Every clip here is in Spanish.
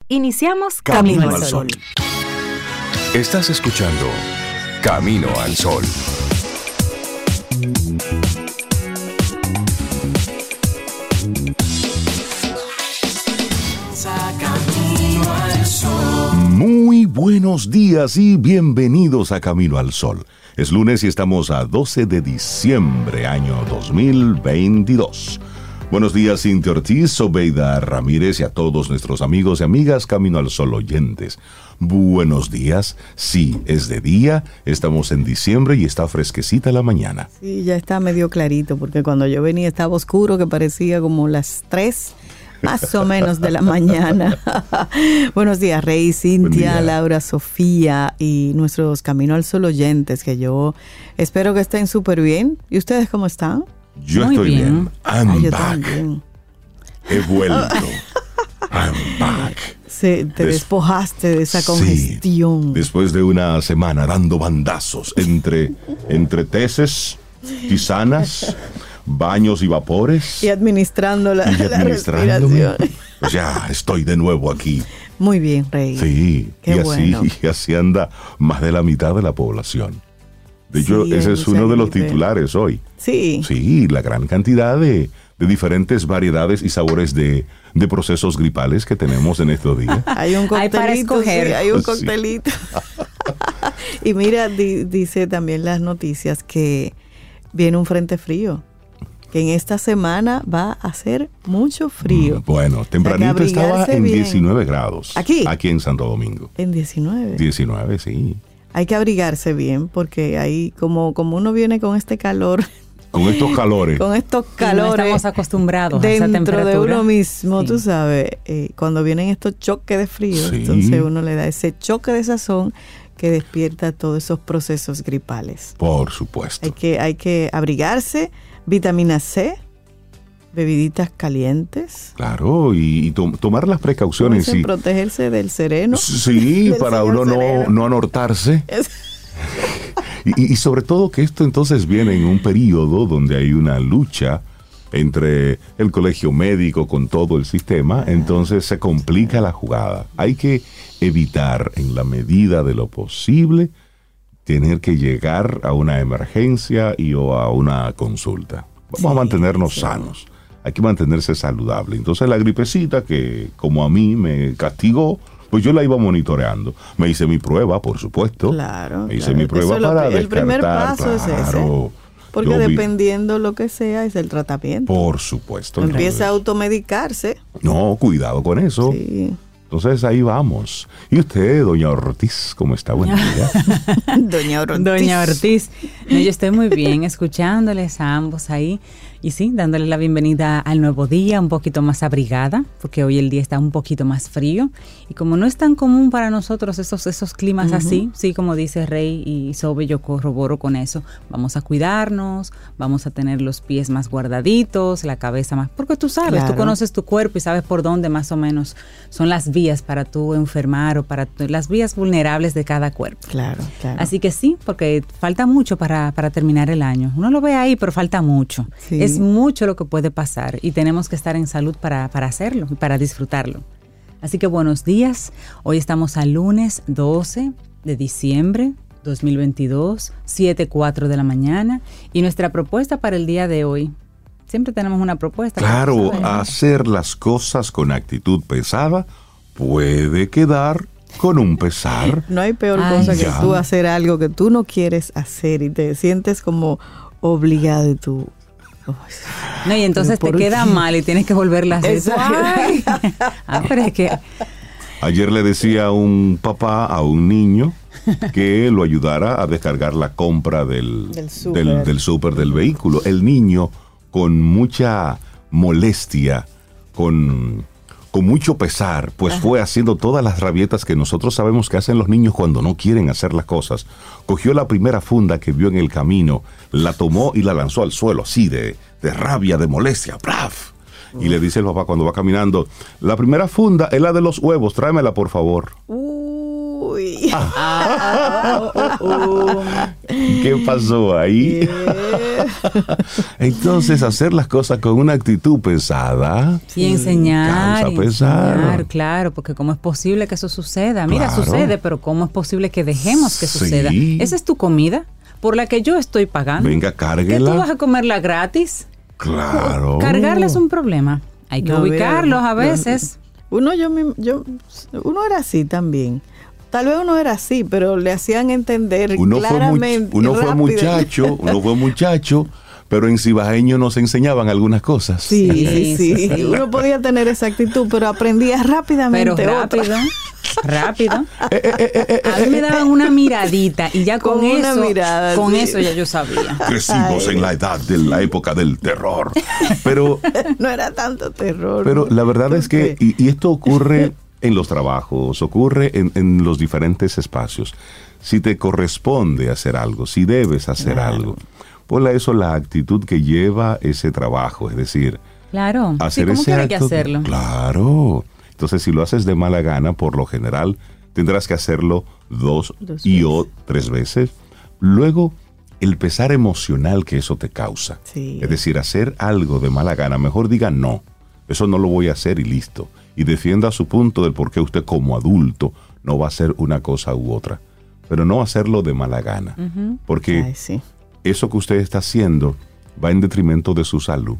Iniciamos Camino al Sol. Estás escuchando Camino al Sol. Muy buenos días y bienvenidos a Camino al Sol. Es lunes y estamos a 12 de diciembre, año 2022. Buenos días, Cintia Ortiz, Sobeida Ramírez y a todos nuestros amigos y amigas Camino al Sol oyentes. Buenos días. Sí, es de día, estamos en diciembre y está fresquecita la mañana. Sí, ya está medio clarito, porque cuando yo venía estaba oscuro, que parecía como las 3 más o menos de la mañana. Buenos días, Rey, Cintia, Laura, Sofía y nuestros Camino al Sol oyentes, que yo espero que estén súper bien. ¿Y ustedes cómo están? Yo muy estoy bien. I'm yo back. También. He vuelto. I'm back. Te despojaste de esa congestión. Sí, después de una semana dando bandazos entre teces, tisanas, baños y vapores. Y administrando la respiración. Pues ya estoy de nuevo aquí. Muy bien, Rey. Sí, y así anda más de la mitad de la población. De hecho, ese es uno de los titulares hoy. Sí. Sí, la gran cantidad de diferentes variedades y sabores de procesos gripales que tenemos en estos días. Hay un coctelito. Para escoger. Sí, hay un coctelito. Y mira, dice también las noticias que viene un frente frío. Que en esta semana va a hacer mucho frío. Bueno, tempranito estaba en 19 grados. ¿Aquí? Aquí en Santo Domingo. En 19. 19, sí. Hay que abrigarse bien porque ahí como uno viene con este calor. Con estos calores. No estamos acostumbrados a esa temperatura. Dentro de uno mismo, sí. Tú sabes, cuando vienen estos choques de frío, sí. Entonces uno le da ese choque de sazón que despierta todos esos procesos gripales. Por supuesto. Hay que abrigarse, vitamina C, bebiditas calientes. Claro, y tomar las precauciones. Y protegerse del sereno. Sí, para uno no anortarse. Y sobre todo que esto entonces viene en un periodo donde hay una lucha entre el colegio médico con todo el sistema, entonces se complica la jugada. Hay que evitar en la medida de lo posible tener que llegar a una emergencia o a una consulta. Vamos a mantenernos sanos. Hay que mantenerse saludable. Entonces la gripecita que como a mí me castigó, pues yo la iba monitoreando. Me hice mi prueba, por supuesto. Claro. Me hice mi prueba para descartar. El primer paso es ese. Porque dependiendo lo que sea, es el tratamiento. Por supuesto. Empieza a automedicarse. No, cuidado con eso. Sí. Entonces ahí vamos. ¿Y usted, doña Ortiz, cómo está? Buen día. Doña Ortiz. No, yo estoy muy bien escuchándoles a ambos ahí. Y sí, dándole la bienvenida al nuevo día, un poquito más abrigada, porque hoy el día está un poquito más frío. Y como no es tan común para nosotros esos climas así, sí, como dice Rey y Sobe, yo corroboro con eso. Vamos a cuidarnos, vamos a tener los pies más guardaditos, la cabeza más... Porque tú sabes, Tú conoces tu cuerpo y sabes por dónde más o menos son las vías para tú enfermar o para las vías vulnerables de cada cuerpo. Claro. Así que sí, porque falta mucho para terminar el año. Uno lo ve ahí, pero falta mucho. Sí. Es mucho lo que puede pasar y tenemos que estar en salud para hacerlo y para disfrutarlo. Así que buenos días. Hoy estamos al lunes 12 de diciembre 2022, 7:04 de la mañana. Y nuestra propuesta para el día de hoy, siempre tenemos una propuesta. Claro, hacer las cosas con actitud pesada puede quedar con un pesar. No hay peor cosa que tú hacer algo que tú no quieres hacer y te sientes como obligado y tú... No, y entonces te queda mal y tienes que volverla a hacer. Pero es que... Ayer le decía a un papá a un niño que lo ayudara a descargar la compra del súper del vehículo. El niño, con mucha molestia, con mucho pesar, pues fue haciendo todas las rabietas que nosotros sabemos que hacen los niños cuando no quieren hacer las cosas. Cogió la primera funda que vio en el camino, la tomó y la lanzó al suelo, así de rabia, de molestia. ¡Braf! Y le dice el papá cuando va caminando, la primera funda es la de los huevos, tráemela por favor. Uy. ¿Qué pasó ahí? Entonces, hacer las cosas con una actitud pesada. Y enseñar. Causa pesar. Claro, porque ¿cómo es posible que eso suceda? Mira, Claro. sucede, pero ¿cómo es posible que dejemos que Sí. suceda? Esa es tu comida por la que yo estoy pagando. Venga, ¿Que cárguela. tú vas a comerla gratis? Claro. Cargarla es un problema. Hay que ubicarlos a veces. Uno era así también. Tal vez uno era así, pero le hacían entender claramente. Uno fue muchacho, pero en cibaeño nos enseñban algunas cosas. Sí. Uno podía tener esa actitud, pero aprendía rápidamente. Pero rápido. A mí me daban una miradita y ya con una eso, mirada, con sí. eso ya yo sabía. Crecimos en la edad de la época del terror. Pero No era tanto terror. Pero ¿no? la verdad es que, ¿Por qué? y esto ocurre en los trabajos, ocurre en los diferentes espacios. Si te corresponde hacer algo, si debes hacer algo, ponle a eso la actitud que lleva ese trabajo. Es decir, Claro. hacer ¿Cómo ese que hay acto. que hacerlo? Claro. Entonces, si lo haces de mala gana, por lo general, tendrás que hacerlo 2 y o 3 veces. Luego, el pesar emocional que eso te causa. Sí. Es decir, hacer algo de mala gana, mejor diga no. Eso no lo voy a hacer y listo. Y defienda su punto del por qué usted como adulto no va a hacer una cosa u otra. Pero no hacerlo de mala gana. Porque Ay, sí. eso que usted está haciendo va en detrimento de su salud.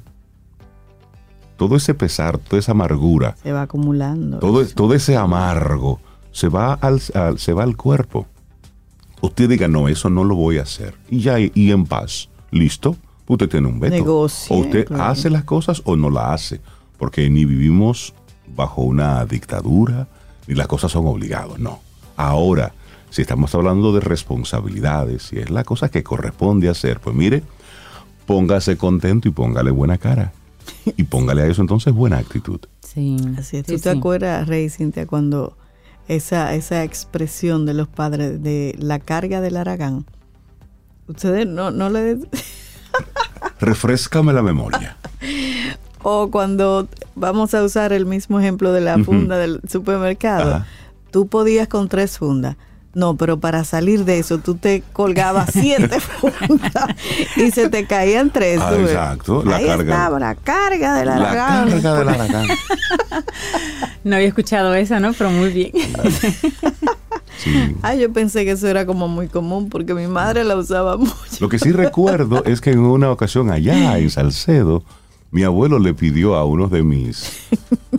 Todo ese pesar, toda esa amargura, Se va acumulando. todo ese amargo se va al cuerpo. Usted diga, no, eso no lo voy a hacer. Y ya, y en paz. ¿Listo? Usted tiene un veto. Negocie, o usted claro. hace las cosas o no las hace. Porque ni vivimos bajo una dictadura, ni las cosas son obligadas. No. Ahora, si estamos hablando de responsabilidades, si es la cosa que corresponde hacer, pues mire, póngase contento y póngale buena cara. Y póngale a eso entonces buena actitud. Sí. Así es. Sí, ¿Tú te sí. acuerdas, Rey Cintia, cuando esa expresión de los padres de la carga del Aragán? Ustedes no le... Refréscame la memoria. O cuando vamos a usar el mismo ejemplo de la funda del supermercado, Ajá. tú podías con 3 fundas. No, pero para salir de eso tú te colgabas 7 fundas y se te caían 3. Ah, exacto, la Ahí carga. estaba la carga del La Aragán. carga del Aragán. No había escuchado esa, ¿no? Pero muy bien. Sí. Ay, yo pensé que eso era como muy común porque mi madre la usaba mucho. Lo que sí recuerdo es que en una ocasión allá en Salcedo, mi abuelo le pidió a uno de mis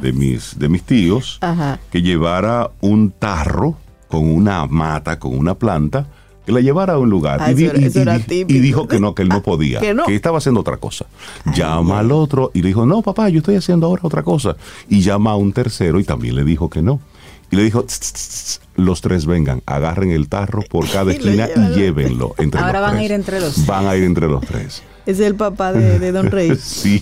tíos Ajá. que llevara un tarro con una mata, con una planta, que la llevara a un lugar. Ah, eso era típico. Y dijo que no, que él no podía, que no. que estaba haciendo otra cosa. Llama al otro y le dijo, no, papá, yo estoy haciendo ahora otra cosa. Y llama a un tercero y también le dijo que no. Y le dijo, "Tss, tss, tss, los 3 vengan, agarren el tarro por cada Y lo esquina llevan. y llévenlo entre Ahora los van a 3. ir entre los 3. Van a ir entre los 3. Es el papá de Don Rey. Sí.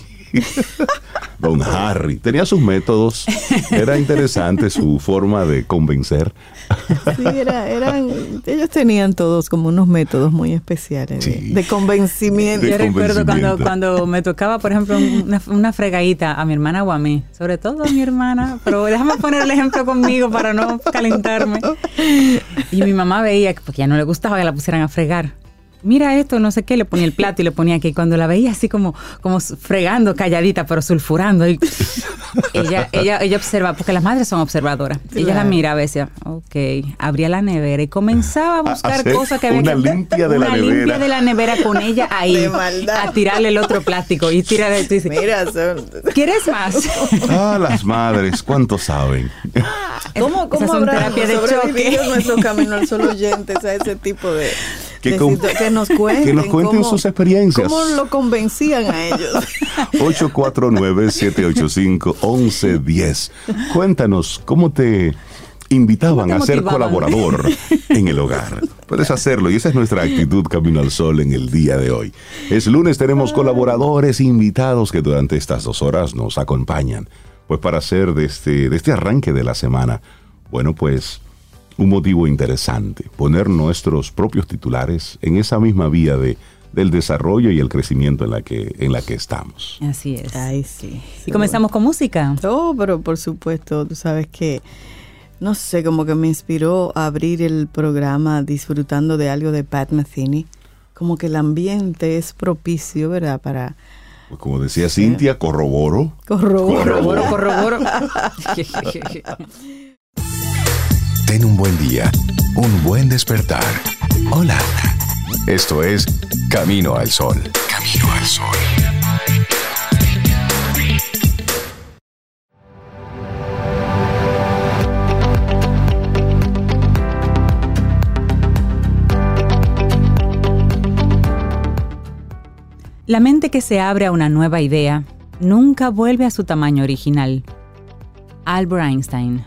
Don Harry. Tenía sus métodos. Era interesante su forma de convencer. Sí, ellos tenían todos como unos métodos muy especiales Sí. de convencimiento. De Yo recuerdo convencimiento. cuando me tocaba, por ejemplo, una fregadita a mi hermana o a mí, sobre todo a mi hermana, pero déjame poner el ejemplo conmigo para no calentarme. Y mi mamá veía, porque ya no le gustaba que la pusieran a fregar. Mira esto, no sé qué, le ponía el plato y le ponía aquí. Cuando la veía así como fregando, calladita, pero sulfurando, y ella observa, porque las madres son observadoras. Claro. Ella la miraba y decía, ok, abría la nevera y comenzaba a buscar hacer cosas que había una que limpia de la una nevera. limpia de la nevera con ella ahí, De maldad. a tirarle el otro plástico y tirarle. Tú dices, Mira, ¿quieres más? Ah, las madres, ¿cuánto saben? ¿Cómo Esas son habrán terapia de sobrevivido choque. nuestro Camino al Sol oyentes a ese tipo de Que que nos cuenten, que nos cuenten sus experiencias. ¿Cómo lo convencían a ellos? 849-785-1110. Cuéntanos, ¿cómo te invitaban ¿Cómo a te ser motivaban? colaborador en el hogar? Puedes hacerlo y esa es nuestra actitud Camino al Sol en el día de hoy. Es lunes, tenemos colaboradores invitados que durante estas 2 horas nos acompañan. Pues para hacer de este arranque de la semana, bueno, pues un motivo interesante, poner nuestros propios titulares en esa misma vía del desarrollo y el crecimiento en la que estamos. Así es. Ay, sí. Y comenzamos con música. Oh, pero por supuesto, tú sabes que No sé, como que me inspiró a abrir el programa disfrutando de algo de Pat Metheny. Como que el ambiente es propicio, ¿verdad? Para... Pues como decía Cintia, corroboro. Ten un buen día, un buen despertar. Hola. Esto es Camino al Sol. Camino al Sol. La mente que se abre a una nueva idea nunca vuelve a su tamaño original. Albert Einstein.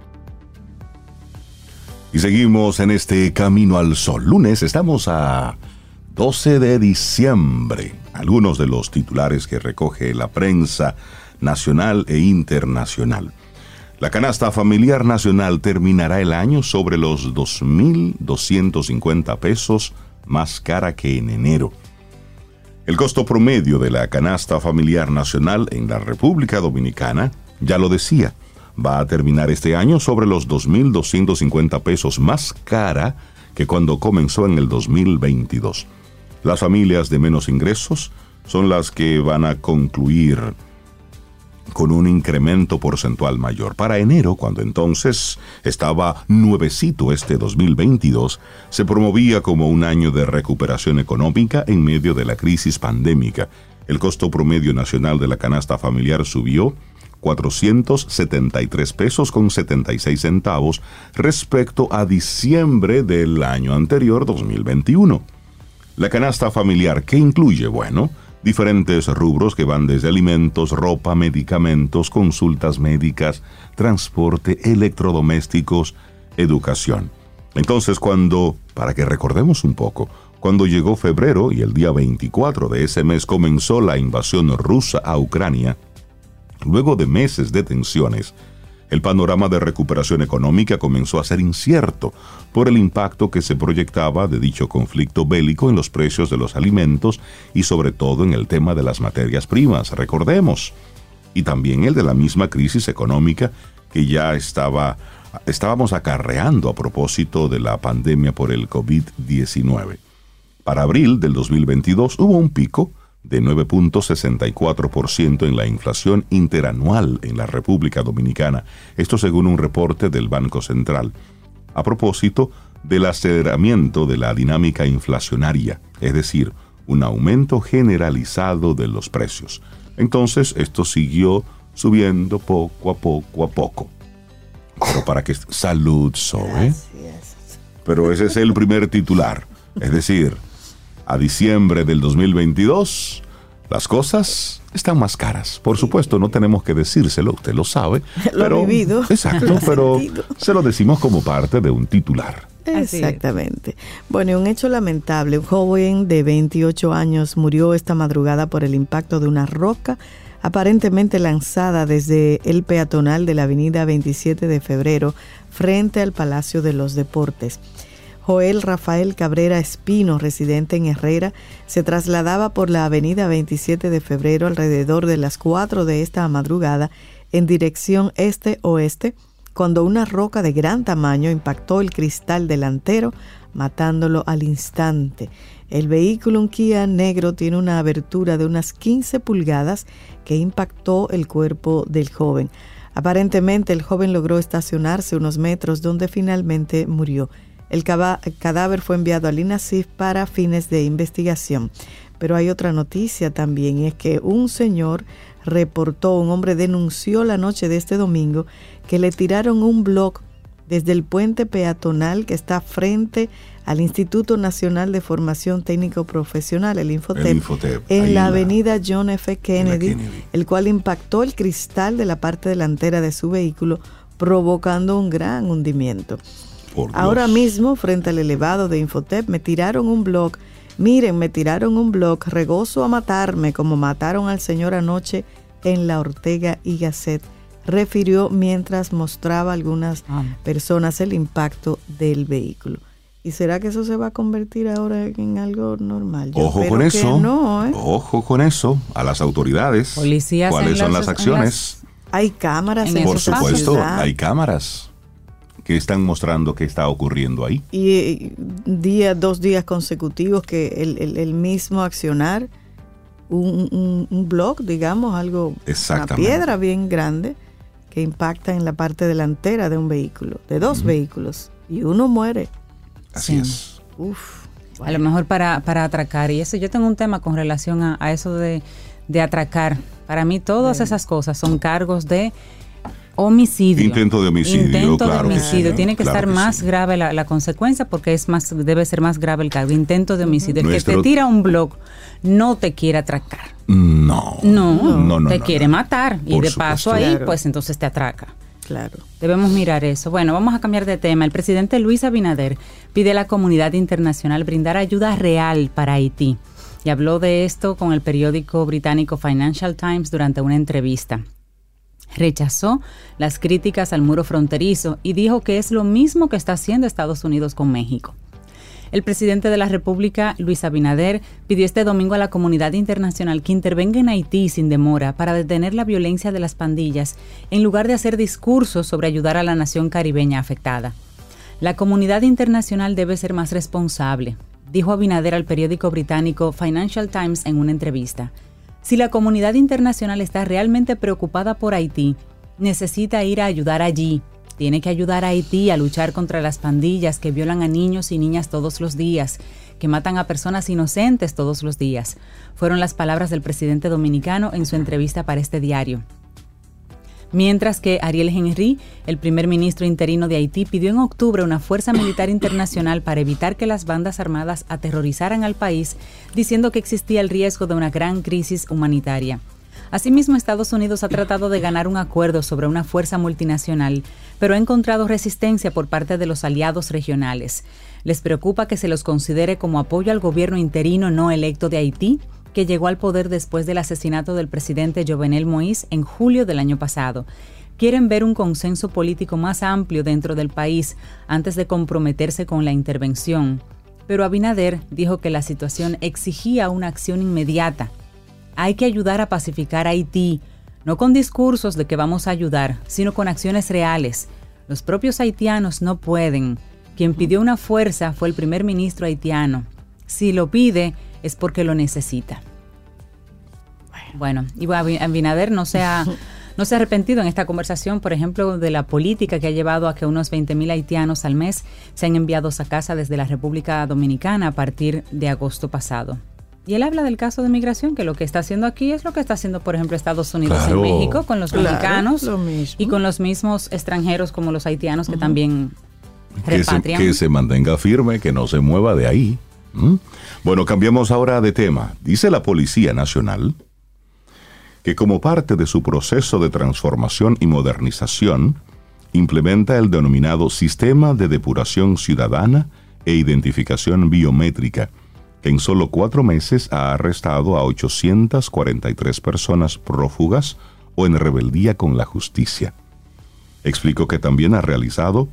Y seguimos en este Camino al Sol. Lunes, estamos a 12 de diciembre. Algunos de los titulares que recoge la prensa nacional e internacional. La canasta familiar nacional terminará el año sobre los 2.250 pesos, más cara que en enero. El costo promedio de la canasta familiar nacional en la República Dominicana, ya lo decía, va a terminar este año sobre los 2.250 pesos, más cara que cuando comenzó en el 2022. Las familias de menos ingresos son las que van a concluir con un incremento porcentual mayor. Para enero, cuando entonces estaba nuevecito este 2022, se promovía como un año de recuperación económica en medio de la crisis pandémica. El costo promedio nacional de la canasta familiar subió 473 pesos con 76 centavos respecto a diciembre del año anterior, 2021. La canasta familiar, ¿qué incluye? Bueno, diferentes rubros que van desde alimentos, ropa, medicamentos, consultas médicas, transporte, electrodomésticos, educación. Entonces, para que recordemos un poco, cuando llegó febrero y el día 24 de ese mes comenzó la invasión rusa a Ucrania, luego de meses de tensiones, el panorama de recuperación económica comenzó a ser incierto por el impacto que se proyectaba de dicho conflicto bélico en los precios de los alimentos y sobre todo en el tema de las materias primas, recordemos, y también el de la misma crisis económica que ya estábamos acarreando a propósito de la pandemia por el COVID-19. Para abril del 2022 hubo un pico de 9.64% en la inflación interanual en la República Dominicana, esto según un reporte del Banco Central, a propósito del aceleramiento de la dinámica inflacionaria, es decir, un aumento generalizado de los precios. Entonces, esto siguió subiendo poco a poco. Pero para que... Salud, Zoe. Pero ese es el primer titular, es decir... A diciembre del 2022, las cosas están más caras. Por supuesto, no tenemos que decírselo, usted lo sabe. Lo he vivido. Exacto, pero se lo decimos como parte de un titular. Exactamente. Bueno, un hecho lamentable. Un joven de 28 años murió esta madrugada por el impacto de una roca aparentemente lanzada desde el peatonal de la avenida 27 de febrero frente al Palacio de los Deportes. Joel Rafael Cabrera Espino, residente en Herrera, se trasladaba por la avenida 27 de febrero alrededor de las 4 de esta madrugada en dirección este-oeste, cuando una roca de gran tamaño impactó el cristal delantero, matándolo al instante. El vehículo, un Kia negro, tiene una abertura de unas 15 pulgadas que impactó el cuerpo del joven. Aparentemente, el joven logró estacionarse unos metros donde finalmente murió. El cadáver fue enviado al INASIF para fines de investigación. Pero hay otra noticia también, y es que un hombre denunció la noche de este domingo que le tiraron un bloque desde el puente peatonal que está frente al Instituto Nacional de Formación Técnico Profesional, el Infotep, en la avenida John F. Kennedy, el cual impactó el cristal de la parte delantera de su vehículo, provocando un gran hundimiento. Ahora mismo, frente al elevado de Infotep, me tiraron un bloque. Miren, me tiraron un bloque, regozo a matarme como mataron al señor anoche en la Ortega y Gasset, refirió mientras mostraba a algunas personas el impacto del vehículo. ¿Y será que eso se va a convertir ahora en algo normal? Ojo con eso, ojo con eso, a las autoridades. Policías, ¿cuáles son las acciones? Hay cámaras en Por supuesto, hay cámaras. que están mostrando qué está ocurriendo ahí. Y 2 días consecutivos que el mismo accionar, un block, digamos, algo, una piedra bien grande que impacta en la parte delantera de un vehículo, de 2 vehículos, y uno muere. Así es. Uf. A lo mejor para atracar. Y eso, yo tengo un tema con relación a eso de atracar. Para mí todas esas cosas son cargos de homicidio. Intento de homicidio. Intento claro de homicidio. Sí, tiene que estar más grave la consecuencia porque debe ser más grave el cargo. Intento de homicidio. El que te tira un blog no te quiere atracar. No. Te quiere matar. Y de paso ahí, claro, pues entonces te atraca. Claro. Debemos mirar eso. Bueno, vamos a cambiar de tema. El presidente Luis Abinader pide a la comunidad internacional brindar ayuda real para Haití. Y habló de esto con el periódico británico Financial Times durante una entrevista. Rechazó las críticas al muro fronterizo y dijo que es lo mismo que está haciendo Estados Unidos con México. El presidente de la República, Luis Abinader, pidió este domingo a la comunidad internacional que intervenga en Haití sin demora para detener la violencia de las pandillas, en lugar de hacer discursos sobre ayudar a la nación caribeña afectada. La comunidad internacional debe ser más responsable, dijo Abinader al periódico británico Financial Times en una entrevista. Si la comunidad internacional está realmente preocupada por Haití, necesita ir a ayudar allí. Tiene que ayudar a Haití a luchar contra las pandillas que violan a niños y niñas todos los días, que matan a personas inocentes todos los días. Fueron las palabras del presidente dominicano en su entrevista para este diario. Mientras que Ariel Henry, el primer ministro interino de Haití, pidió en octubre una fuerza militar internacional para evitar que las bandas armadas aterrorizaran al país, diciendo que existía el riesgo de una gran crisis humanitaria. Asimismo, Estados Unidos ha tratado de ganar un acuerdo sobre una fuerza multinacional, pero ha encontrado resistencia por parte de los aliados regionales. ¿Les preocupa que se los considere como apoyo al gobierno interino no electo de Haití, que llegó al poder después del asesinato del presidente Jovenel Moïse en julio del año pasado? Quieren ver un consenso político más amplio dentro del país antes de comprometerse con la intervención. Pero Abinader dijo que la situación exigía una acción inmediata. Hay que ayudar a pacificar a Haití, no con discursos de que vamos a ayudar, sino con acciones reales. Los propios haitianos no pueden. Quien pidió una fuerza fue el primer ministro haitiano. Si lo pide, es porque lo necesita. Bueno, y Abinader no se ha arrepentido en esta conversación, por ejemplo, de la política que ha llevado a que unos 20,000 haitianos al mes sean enviados a casa desde la República Dominicana a partir de agosto pasado. Y él habla del caso de migración, que lo que está haciendo aquí es lo que está haciendo, por ejemplo, Estados Unidos y México con los mexicanos y con los mismos extranjeros como los haitianos que también repatrian. Que se mantenga firme, que no se mueva de ahí. Bueno, cambiamos ahora de tema. Dice la Policía Nacional que como parte de su proceso de transformación y modernización, implementa el denominado Sistema de Depuración Ciudadana e Identificación Biométrica, que en solo 4 meses ha arrestado a 843 personas prófugas o en rebeldía con la justicia. Explicó que también ha realizado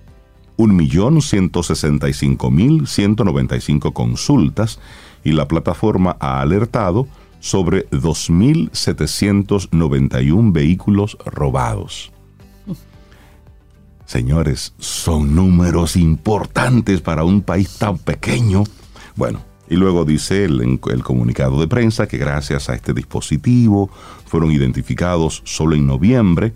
1.165.195 consultas y la plataforma ha alertado sobre 2.791 vehículos robados. Señores, son números importantes para un país tan pequeño. Bueno, y luego dice el comunicado de prensa que gracias a este dispositivo fueron identificados solo en noviembre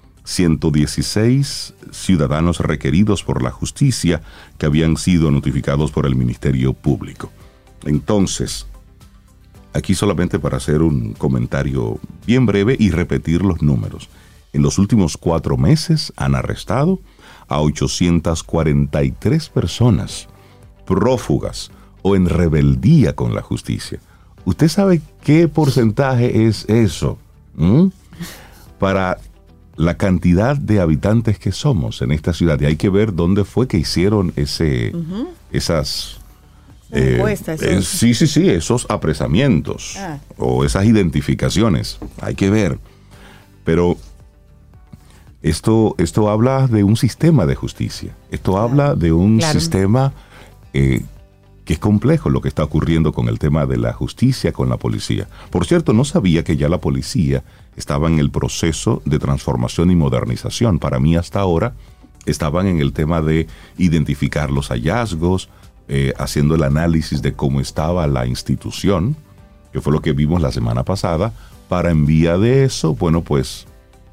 116 ciudadanos requeridos por la justicia que habían sido notificados por el Ministerio Público. Entonces, aquí solamente para hacer un comentario bien breve y repetir los números. En los últimos 4 meses han arrestado a 843 personas prófugas o en rebeldía con la justicia. ¿Usted sabe qué porcentaje es eso? Para la cantidad de habitantes que somos en esta ciudad. Y hay que ver dónde fue que hicieron esas encuestas. Esos apresamientos o esas identificaciones. Hay que ver. Pero esto habla de un sistema de justicia. Esto habla de un sistema que es complejo, lo que está ocurriendo con el tema de la justicia, con la policía. Por cierto, no sabía que ya la policía estaba en el proceso de transformación y modernización. Para mí hasta ahora estaban en el tema de identificar los hallazgos, haciendo el análisis de cómo estaba la institución, que fue lo que vimos la semana pasada, para en vía de eso, bueno, pues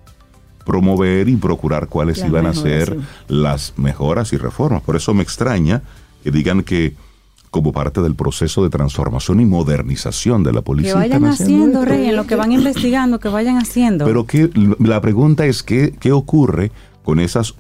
promover y procurar cuáles iban a ser las mejoras y reformas. Por eso me extraña que digan que como parte del proceso de transformación y modernización de la policía. Que vayan haciendo, Rey, en lo que van investigando, que vayan haciendo. Pero la pregunta es, ¿qué ocurre con esas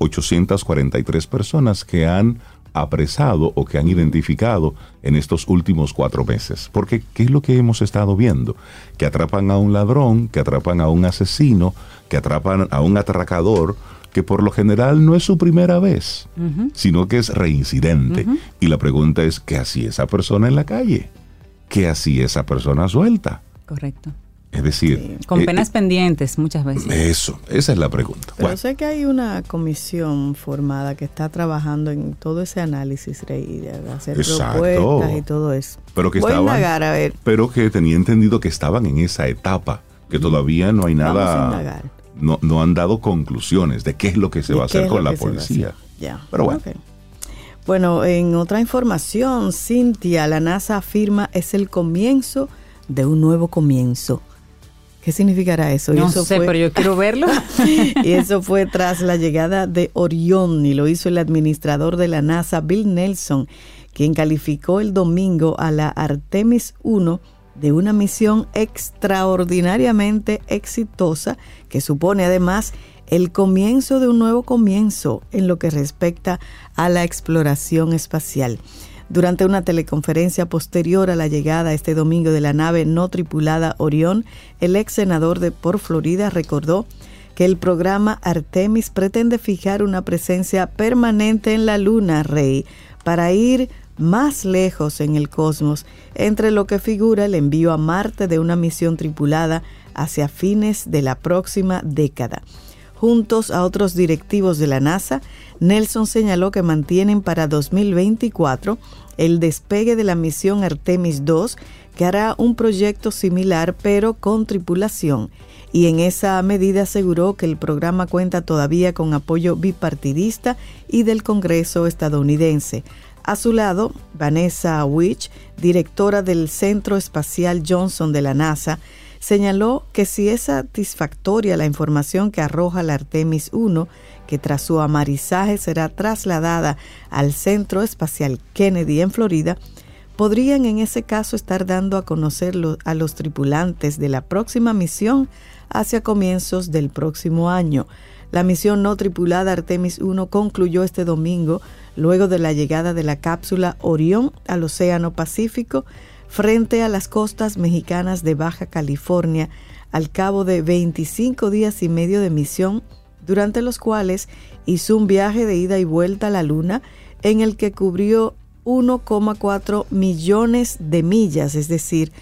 843 personas que han apresado o que han identificado en estos últimos 4 meses? Porque ¿qué es lo que hemos estado viendo? Que atrapan a un ladrón, que atrapan a un asesino, que atrapan a un atracador, que por lo general no es su primera vez, sino que es reincidente. Y la pregunta es, ¿qué hacía esa persona en la calle? ¿Qué hacía esa persona suelta? Correcto. Es decir... Con penas pendientes muchas veces. Eso, esa es la pregunta. Pero sé que hay una comisión formada que está trabajando en todo ese análisis, Rey, de hacer propuestas y todo eso. Pero que voy a indagar, a ver. Pero que tenía entendido que estaban en esa etapa, que todavía no hay nada... Vamos a indagar. No han dado conclusiones de qué es lo que se va a hacer con la policía. Ya. Pero bueno. Okay. Bueno, en otra información, Cintia, la NASA afirma es el comienzo de un nuevo comienzo. ¿Qué significará eso? No sé, pero yo quiero verlo. Y eso fue tras la llegada de Orión, y lo hizo el administrador de la NASA, Bill Nelson, quien calificó el domingo a la Artemis 1 de una misión extraordinariamente exitosa que supone además el comienzo de un nuevo comienzo en lo que respecta a la exploración espacial. Durante una teleconferencia posterior a la llegada este domingo de la nave no tripulada Orión, el ex senador por Florida recordó que el programa Artemis pretende fijar una presencia permanente en la Luna, Rey, para ir más lejos en el cosmos, entre lo que figura el envío a Marte de una misión tripulada hacia fines de la próxima década. Juntos a otros directivos de la NASA, Nelson señaló que mantienen para 2024 el despegue de la misión Artemis 2, que hará un proyecto similar pero con tripulación, y en esa medida aseguró que el programa cuenta todavía con apoyo bipartidista y del Congreso estadounidense. A su lado, Vanessa Witch, directora del Centro Espacial Johnson de la NASA, señaló que si es satisfactoria la información que arroja la Artemis 1, que tras su amarizaje será trasladada al Centro Espacial Kennedy en Florida, podrían en ese caso estar dando a conocer a los tripulantes de la próxima misión hacia comienzos del próximo año. La misión no tripulada Artemis 1 concluyó este domingo luego de la llegada de la cápsula Orión al Océano Pacífico frente a las costas mexicanas de Baja California al cabo de 25 días y medio de misión, durante los cuales hizo un viaje de ida y vuelta a la Luna en el que cubrió 1,4 millones de millas, es decir,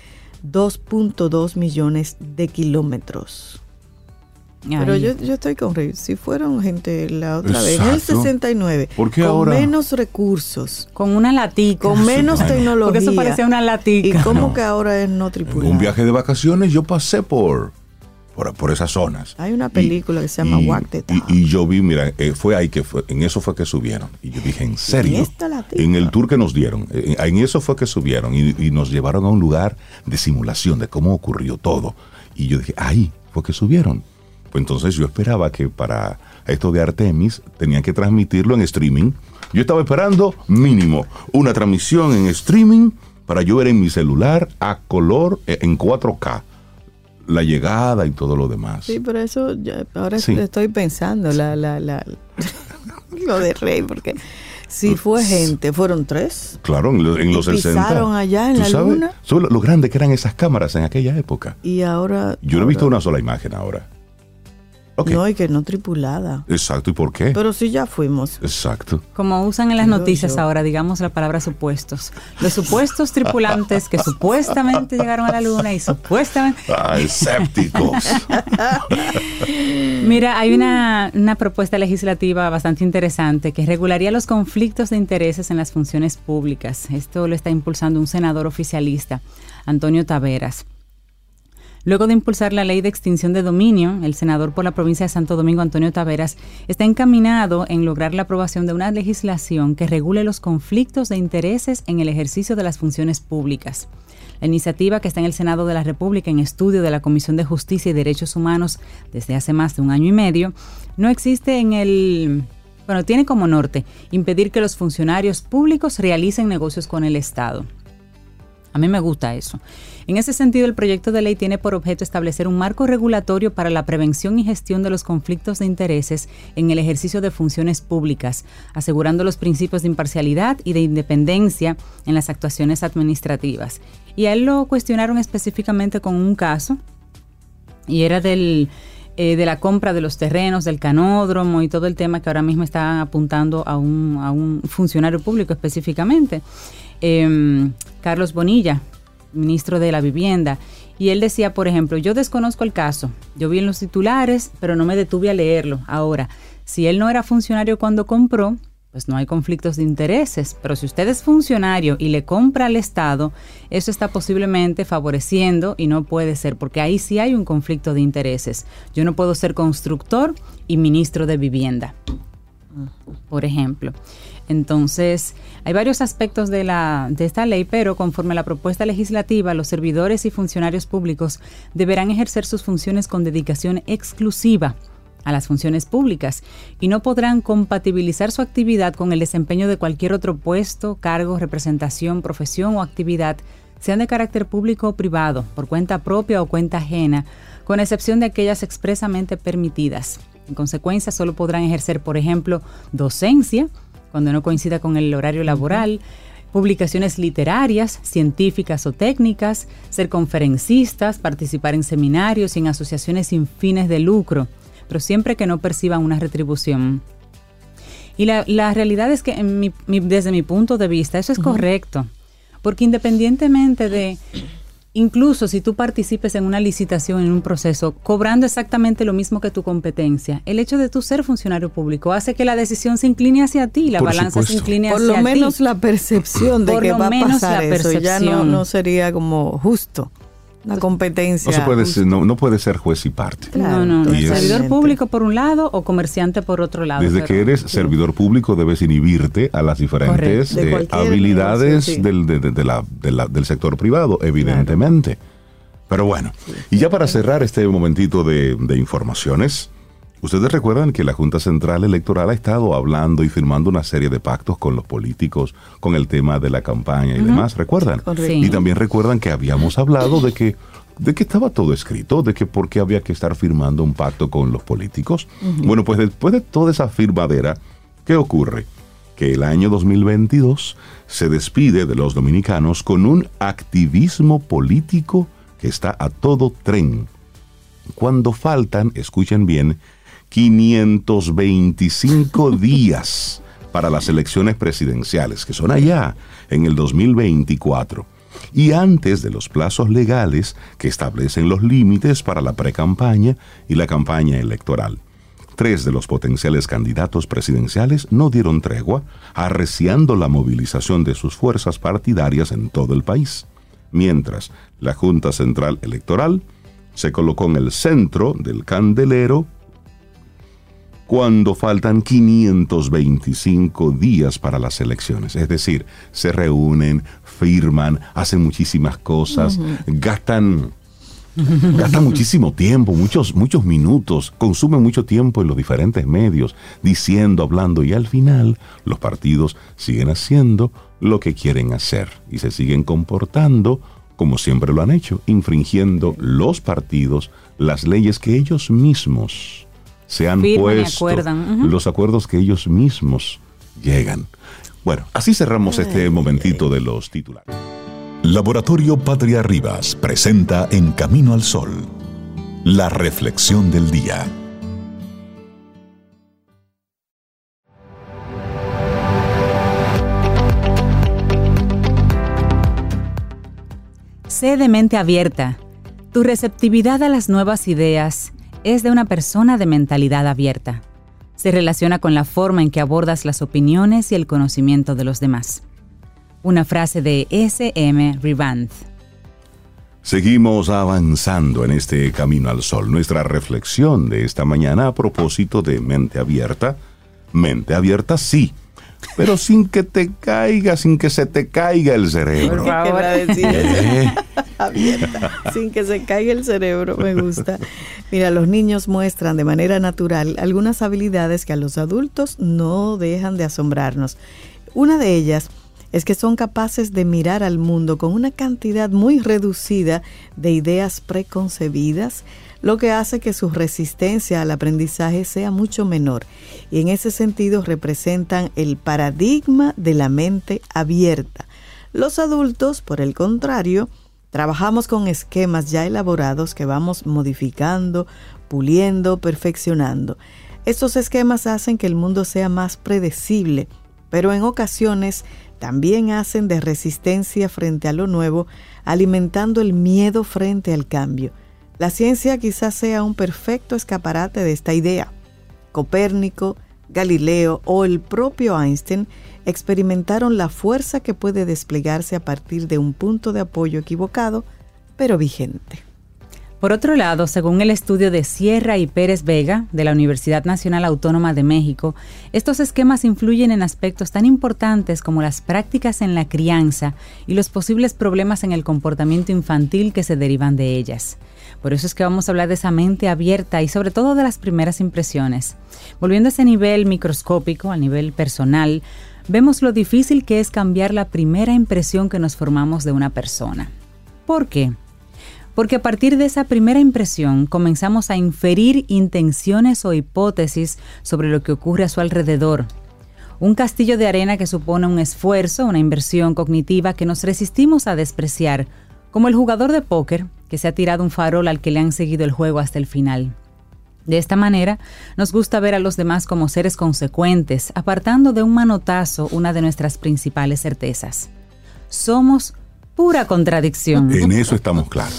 2.2 millones de kilómetros. Pero yo estoy con Rey. Si fueron gente la otra vez, en el 69, ¿por qué con ahora? Menos recursos, con una latica, con menos tecnología. Porque eso parecía una latica. ¿Y cómo que ahora es no tripulado? En un viaje de vacaciones yo pasé por esas zonas. Hay una película que se llama Walk the Talk. Y yo vi, mira, en eso fue que subieron. Y yo dije, ¿en serio? En el tour que nos dieron, en eso fue que subieron y nos llevaron a un lugar de simulación de cómo ocurrió todo. Y yo dije, ahí fue que subieron. Pues entonces yo esperaba que para esto de Artemis tenían que transmitirlo en streaming. Yo estaba esperando mínimo una transmisión en streaming para yo ver en mi celular a color en 4K la llegada y todo lo demás. Sí, pero eso ahora estoy pensando lo de Rey, porque si fue gente, fueron 3. Claro, en los 60. Pisaron allá en la Luna. Lo grande que eran esas cámaras en aquella época. Y ahora... Yo no he visto una sola imagen ahora. Okay. No, y que no tripulada. Exacto, ¿y por qué? Pero sí ya fuimos. Exacto. Como usan en las noticias ahora, digamos la palabra supuestos. Los supuestos tripulantes que supuestamente llegaron a la Luna y supuestamente... ¡Ay, escépticos! Mira, hay una propuesta legislativa bastante interesante que regularía los conflictos de intereses en las funciones públicas. Esto lo está impulsando un senador oficialista, Antonio Taveras. Luego de impulsar la ley de extinción de dominio, el senador por la provincia de Santo Domingo, Antonio Taveras, está encaminado en lograr la aprobación de una legislación que regule los conflictos de intereses en el ejercicio de las funciones públicas. La iniciativa, que está en el Senado de la República en estudio de la Comisión de Justicia y Derechos Humanos desde hace más de 1 año y medio, no existe tiene como norte impedir que los funcionarios públicos realicen negocios con el Estado. A mí me gusta eso. En ese sentido, el proyecto de ley tiene por objeto establecer un marco regulatorio para la prevención y gestión de los conflictos de intereses en el ejercicio de funciones públicas, asegurando los principios de imparcialidad y de independencia en las actuaciones administrativas. Y a él lo cuestionaron específicamente con un caso, y era de la compra de los terrenos, del canódromo y todo el tema que ahora mismo está apuntando a un funcionario público específicamente. Carlos Bonilla, ministro de la Vivienda, y él decía, por ejemplo, yo desconozco el caso, yo vi en los titulares, pero no me detuve a leerlo. Ahora, si él no era funcionario cuando compró, pues no hay conflictos de intereses, pero si usted es funcionario y le compra al Estado, eso está posiblemente favoreciendo y no puede ser, porque ahí sí hay un conflicto de intereses. Yo no puedo ser constructor y ministro de Vivienda, por ejemplo. Entonces, hay varios aspectos de esta ley, pero conforme a la propuesta legislativa, los servidores y funcionarios públicos deberán ejercer sus funciones con dedicación exclusiva a las funciones públicas y no podrán compatibilizar su actividad con el desempeño de cualquier otro puesto, cargo, representación, profesión o actividad, sean de carácter público o privado, por cuenta propia o cuenta ajena, con excepción de aquellas expresamente permitidas. En consecuencia, solo podrán ejercer, por ejemplo, docencia, cuando no coincida con el horario laboral, publicaciones literarias, científicas o técnicas, ser conferencistas, participar en seminarios y en asociaciones sin fines de lucro, pero siempre que no perciban una retribución. Y la realidad es que desde mi punto de vista eso es correcto, porque independientemente de, incluso si tú participes en una licitación, en un proceso, cobrando exactamente lo mismo que tu competencia, el hecho de tú ser funcionario público hace que la decisión se incline hacia ti, la balanza se incline hacia ti. Por lo menos la percepción de que va a pasar eso, ya no sería como justo. La competencia. No puede ser juez y parte. Claro, no. Servidor público por un lado o comerciante por otro lado. Desde que eres servidor público debes inhibirte a las diferentes habilidades del sector privado, evidentemente. Claro. Pero bueno, y ya para cerrar este momentito de informaciones, ustedes recuerdan que la Junta Central Electoral ha estado hablando y firmando una serie de pactos con los políticos, con el tema de la campaña y demás, ¿recuerdan? Sí. Y también recuerdan que habíamos hablado de que estaba todo escrito, de que por qué había que estar firmando un pacto con los políticos. Bueno, pues después de toda esa firmadera, ¿qué ocurre? Que el año 2022 se despide de los dominicanos con un activismo político que está a todo tren. Cuando faltan, escuchen bien, 525 días para las elecciones presidenciales, que son allá en el 2024, y antes de los plazos legales que establecen los límites para la precampaña y la campaña electoral. 3 de los potenciales candidatos presidenciales no dieron tregua, arreciando la movilización de sus fuerzas partidarias en todo el país, mientras la Junta Central Electoral se colocó en el centro del candelero cuando faltan 525 días para las elecciones. Es decir, se reúnen, firman, hacen muchísimas cosas, gastan muchísimo tiempo, muchos minutos, consumen mucho tiempo en los diferentes medios, diciendo, hablando, y al final los partidos siguen haciendo lo que quieren hacer y se siguen comportando como siempre lo han hecho, infringiendo los partidos las leyes que ellos mismos se han puesto, los acuerdos que ellos mismos llegan. Bueno, así cerramos este momentito de los titulares. Laboratorio Patria Rivas presenta En Camino al Sol, la reflexión del día. Sé de mente abierta. Tu receptividad a las nuevas ideas es de una persona de mentalidad abierta. Se relaciona con la forma en que abordas las opiniones y el conocimiento de los demás. Una frase de S.M. Rivand. Seguimos avanzando en este camino al sol. Nuestra reflexión de esta mañana a propósito de mente abierta. Mente abierta sí, pero sin que se te caiga el cerebro. Por favor, abierta, sin que se caiga el cerebro, me gusta. Mira, los niños muestran de manera natural algunas habilidades que a los adultos no dejan de asombrarnos. Una de ellas es que son capaces de mirar al mundo con una cantidad muy reducida de ideas preconcebidas, lo que hace que su resistencia al aprendizaje sea mucho menor. Y en ese sentido representan el paradigma de la mente abierta. Los adultos, por el contrario, trabajamos con esquemas ya elaborados que vamos modificando, puliendo, perfeccionando. Estos esquemas hacen que el mundo sea más predecible, pero en ocasiones también hacen de resistencia frente a lo nuevo, alimentando el miedo frente al cambio. La ciencia quizás sea un perfecto escaparate de esta idea. Copérnico, Galileo o el propio Einstein experimentaron la fuerza que puede desplegarse a partir de un punto de apoyo equivocado, pero vigente. Por otro lado, según el estudio de Sierra y Pérez Vega de la Universidad Nacional Autónoma de México, estos esquemas influyen en aspectos tan importantes como las prácticas en la crianza y los posibles problemas en el comportamiento infantil que se derivan de ellas. Por eso es que vamos a hablar de esa mente abierta y sobre todo de las primeras impresiones. Volviendo a ese nivel microscópico, al nivel personal, vemos lo difícil que es cambiar la primera impresión que nos formamos de una persona. ¿Por qué? Porque a partir de esa primera impresión comenzamos a inferir intenciones o hipótesis sobre lo que ocurre a su alrededor. Un castillo de arena que supone un esfuerzo, una inversión cognitiva que nos resistimos a despreciar, como el jugador de póker que se ha tirado un farol al que le han seguido el juego hasta el final. De esta manera, nos gusta ver a los demás como seres consecuentes, apartando de un manotazo una de nuestras principales certezas. Somos pura contradicción. En eso estamos claros.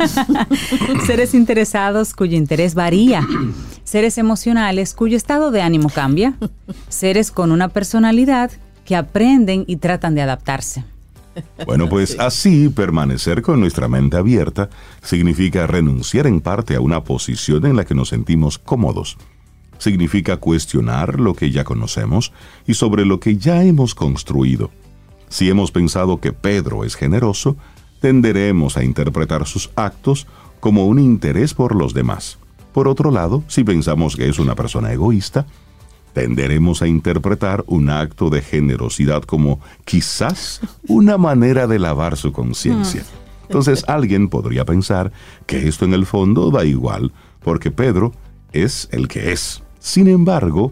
Seres interesados cuyo interés varía. Seres emocionales cuyo estado de ánimo cambia. Seres con una personalidad que aprenden y tratan de adaptarse. Bueno, pues así permanecer con nuestra mente abierta significa renunciar en parte a una posición en la que nos sentimos cómodos. Significa cuestionar lo que ya conocemos y sobre lo que ya hemos construido. Si hemos pensado que Pedro es generoso, tenderemos a interpretar sus actos como un interés por los demás. Por otro lado, si pensamos que es una persona egoísta, tenderemos a interpretar un acto de generosidad como quizás una manera de lavar su conciencia. Entonces alguien podría pensar que esto en el fondo da igual, porque Pedro es el que es. Sin embargo,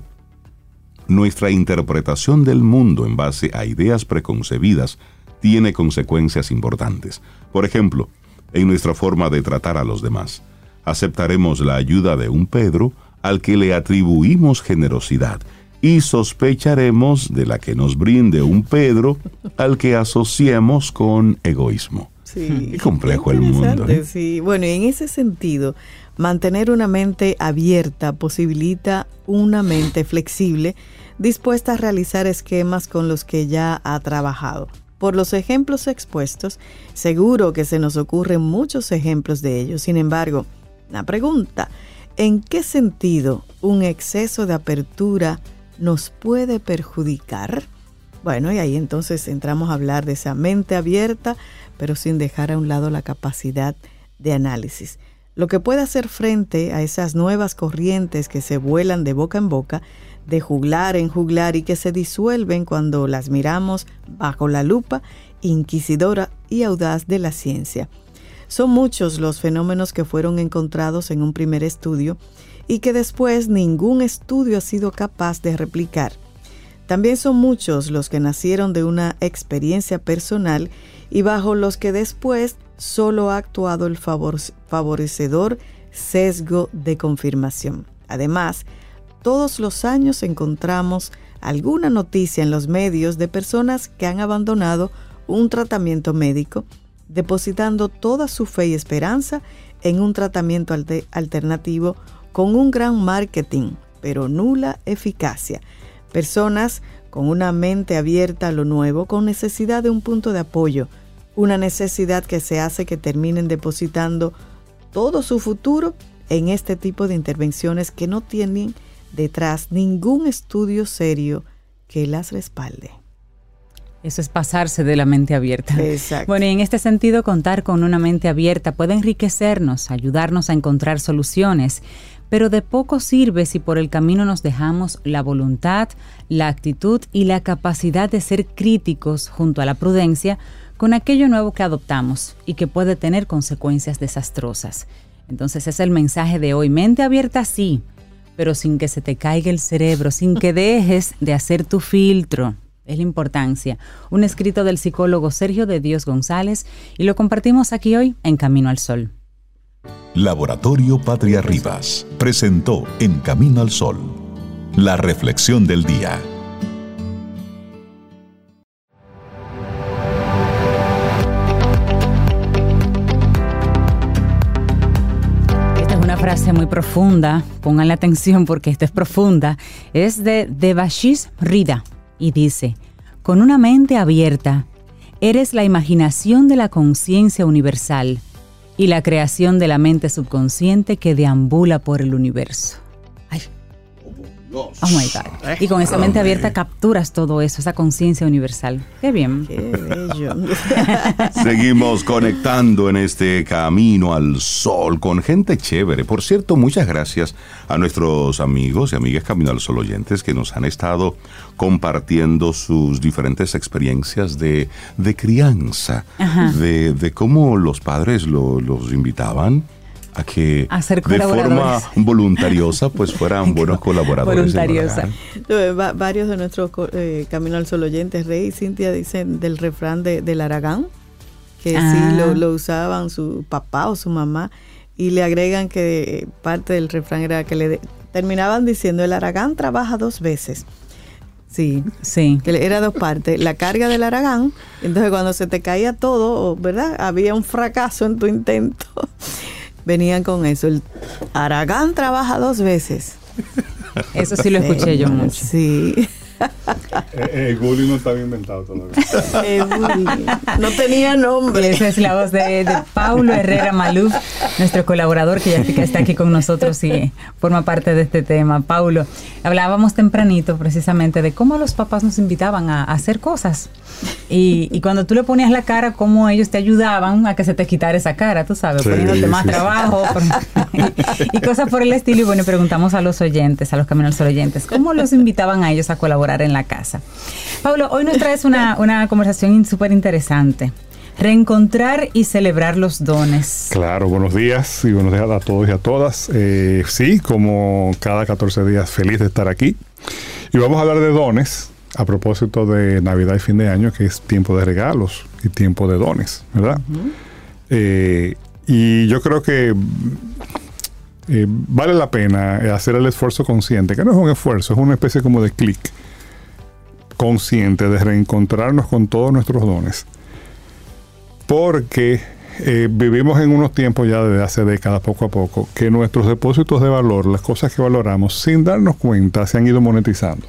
nuestra interpretación del mundo en base a ideas preconcebidas tiene consecuencias importantes. Por ejemplo, en nuestra forma de tratar a los demás, aceptaremos la ayuda de un Pedro al que le atribuimos generosidad y sospecharemos de la que nos brinde un Pedro al que asociemos con egoísmo. Sí, qué complejo el mundo, ¿eh? Sí, bueno, y en ese sentido, mantener una mente abierta posibilita una mente flexible, dispuesta a realizar esquemas con los que ya ha trabajado. Por los ejemplos expuestos, seguro que se nos ocurren muchos ejemplos de ellos. Sin embargo, la pregunta, ¿en qué sentido un exceso de apertura nos puede perjudicar? Bueno, y ahí entonces entramos a hablar de esa mente abierta, pero sin dejar a un lado la capacidad de análisis. Lo que puede hacer frente a esas nuevas corrientes que se vuelan de boca en boca, de juglar en juglar y que se disuelven cuando las miramos bajo la lupa inquisidora y audaz de la ciencia. Son muchos los fenómenos que fueron encontrados en un primer estudio y que después ningún estudio ha sido capaz de replicar. También son muchos los que nacieron de una experiencia personal y bajo los que después solo ha actuado el favorecedor sesgo de confirmación. Además, todos los años encontramos alguna noticia en los medios de personas que han abandonado un tratamiento médico, depositando toda su fe y esperanza en un tratamiento alternativo con un gran marketing, pero nula eficacia. Personas con una mente abierta a lo nuevo, con necesidad de un punto de apoyo, una necesidad que se hace que terminen depositando todo su futuro en este tipo de intervenciones que no tienen detrás ningún estudio serio que las respalde. Eso es pasarse de la mente abierta. Exacto. Bueno, y en este sentido, contar con una mente abierta puede enriquecernos, ayudarnos a encontrar soluciones, pero de poco sirve si por el camino nos dejamos la voluntad, la actitud y la capacidad de ser críticos junto a la prudencia con aquello nuevo que adoptamos y que puede tener consecuencias desastrosas. Entonces es el mensaje de hoy: mente abierta sí, pero sin que se te caiga el cerebro, sin que dejes de hacer tu filtro. Es la importancia. Un escrito del psicólogo Sergio de Dios González y lo compartimos aquí hoy en Camino al Sol. Laboratorio Patria Rivas presentó En Camino al Sol, la reflexión del día. Esta es una frase muy profunda, pónganle atención porque esta es profunda. Es de Devashish Rida. Y dice: con una mente abierta, eres la imaginación de la conciencia universal y la creación de la mente subconsciente que deambula por el universo. Ay. Oh my God. Y con esa mente abierta capturas todo eso, esa conciencia universal. Qué bien. Qué bello. Seguimos conectando en este Camino al Sol con gente chévere. Por cierto, muchas gracias a nuestros amigos y amigas Camino al Sol oyentes que nos han estado compartiendo sus diferentes experiencias de crianza, de cómo los padres los invitaban a que de forma voluntariosa pues fueran buenos colaboradores. Voluntariosa. Varios de nuestros Camino al Sol oyentes, Rey y Cintia, dicen del refrán del Aragán, que sí lo usaban su papá o su mamá, y le agregan que parte del refrán era que terminaban diciendo: el Aragán trabaja 2 veces. Sí, que era 2 partes, la carga del Aragán, entonces cuando se te caía todo, ¿verdad? Había un fracaso en tu intento. Venían con eso, el Aragán trabaja 2 veces. Eso sí lo escuché yo mucho. Sí. El bullying no está bien inventado todavía. No tenía nombre. Y esa es la voz de Paulo Herrera Maluf, nuestro colaborador que ya está aquí con nosotros y forma parte de este tema. Paulo, hablábamos tempranito precisamente de cómo los papás nos invitaban a hacer cosas. Y cuando tú le ponías la cara, cómo ellos te ayudaban a que se te quitara esa cara, tú sabes, poniéndote más trabajo y cosas por el estilo. Y bueno, preguntamos a los oyentes, a los Camino al Sol oyentes, ¿cómo los invitaban a ellos a colaborar en la casa? Pablo, hoy nos traes una conversación súper interesante. Reencontrar y celebrar los dones. Claro, buenos días y buenos días a todos y a todas. Sí, como cada 14 días, feliz de estar aquí. Y vamos a hablar de dones a propósito de Navidad y fin de año, que es tiempo de regalos y tiempo de dones, ¿verdad? Y yo creo que vale la pena hacer el esfuerzo consciente, que no es un esfuerzo, es una especie como de clic consciente de reencontrarnos con todos nuestros dones. Porque vivimos en unos tiempos ya desde hace décadas, poco a poco, que nuestros depósitos de valor, las cosas que valoramos, sin darnos cuenta, se han ido monetizando.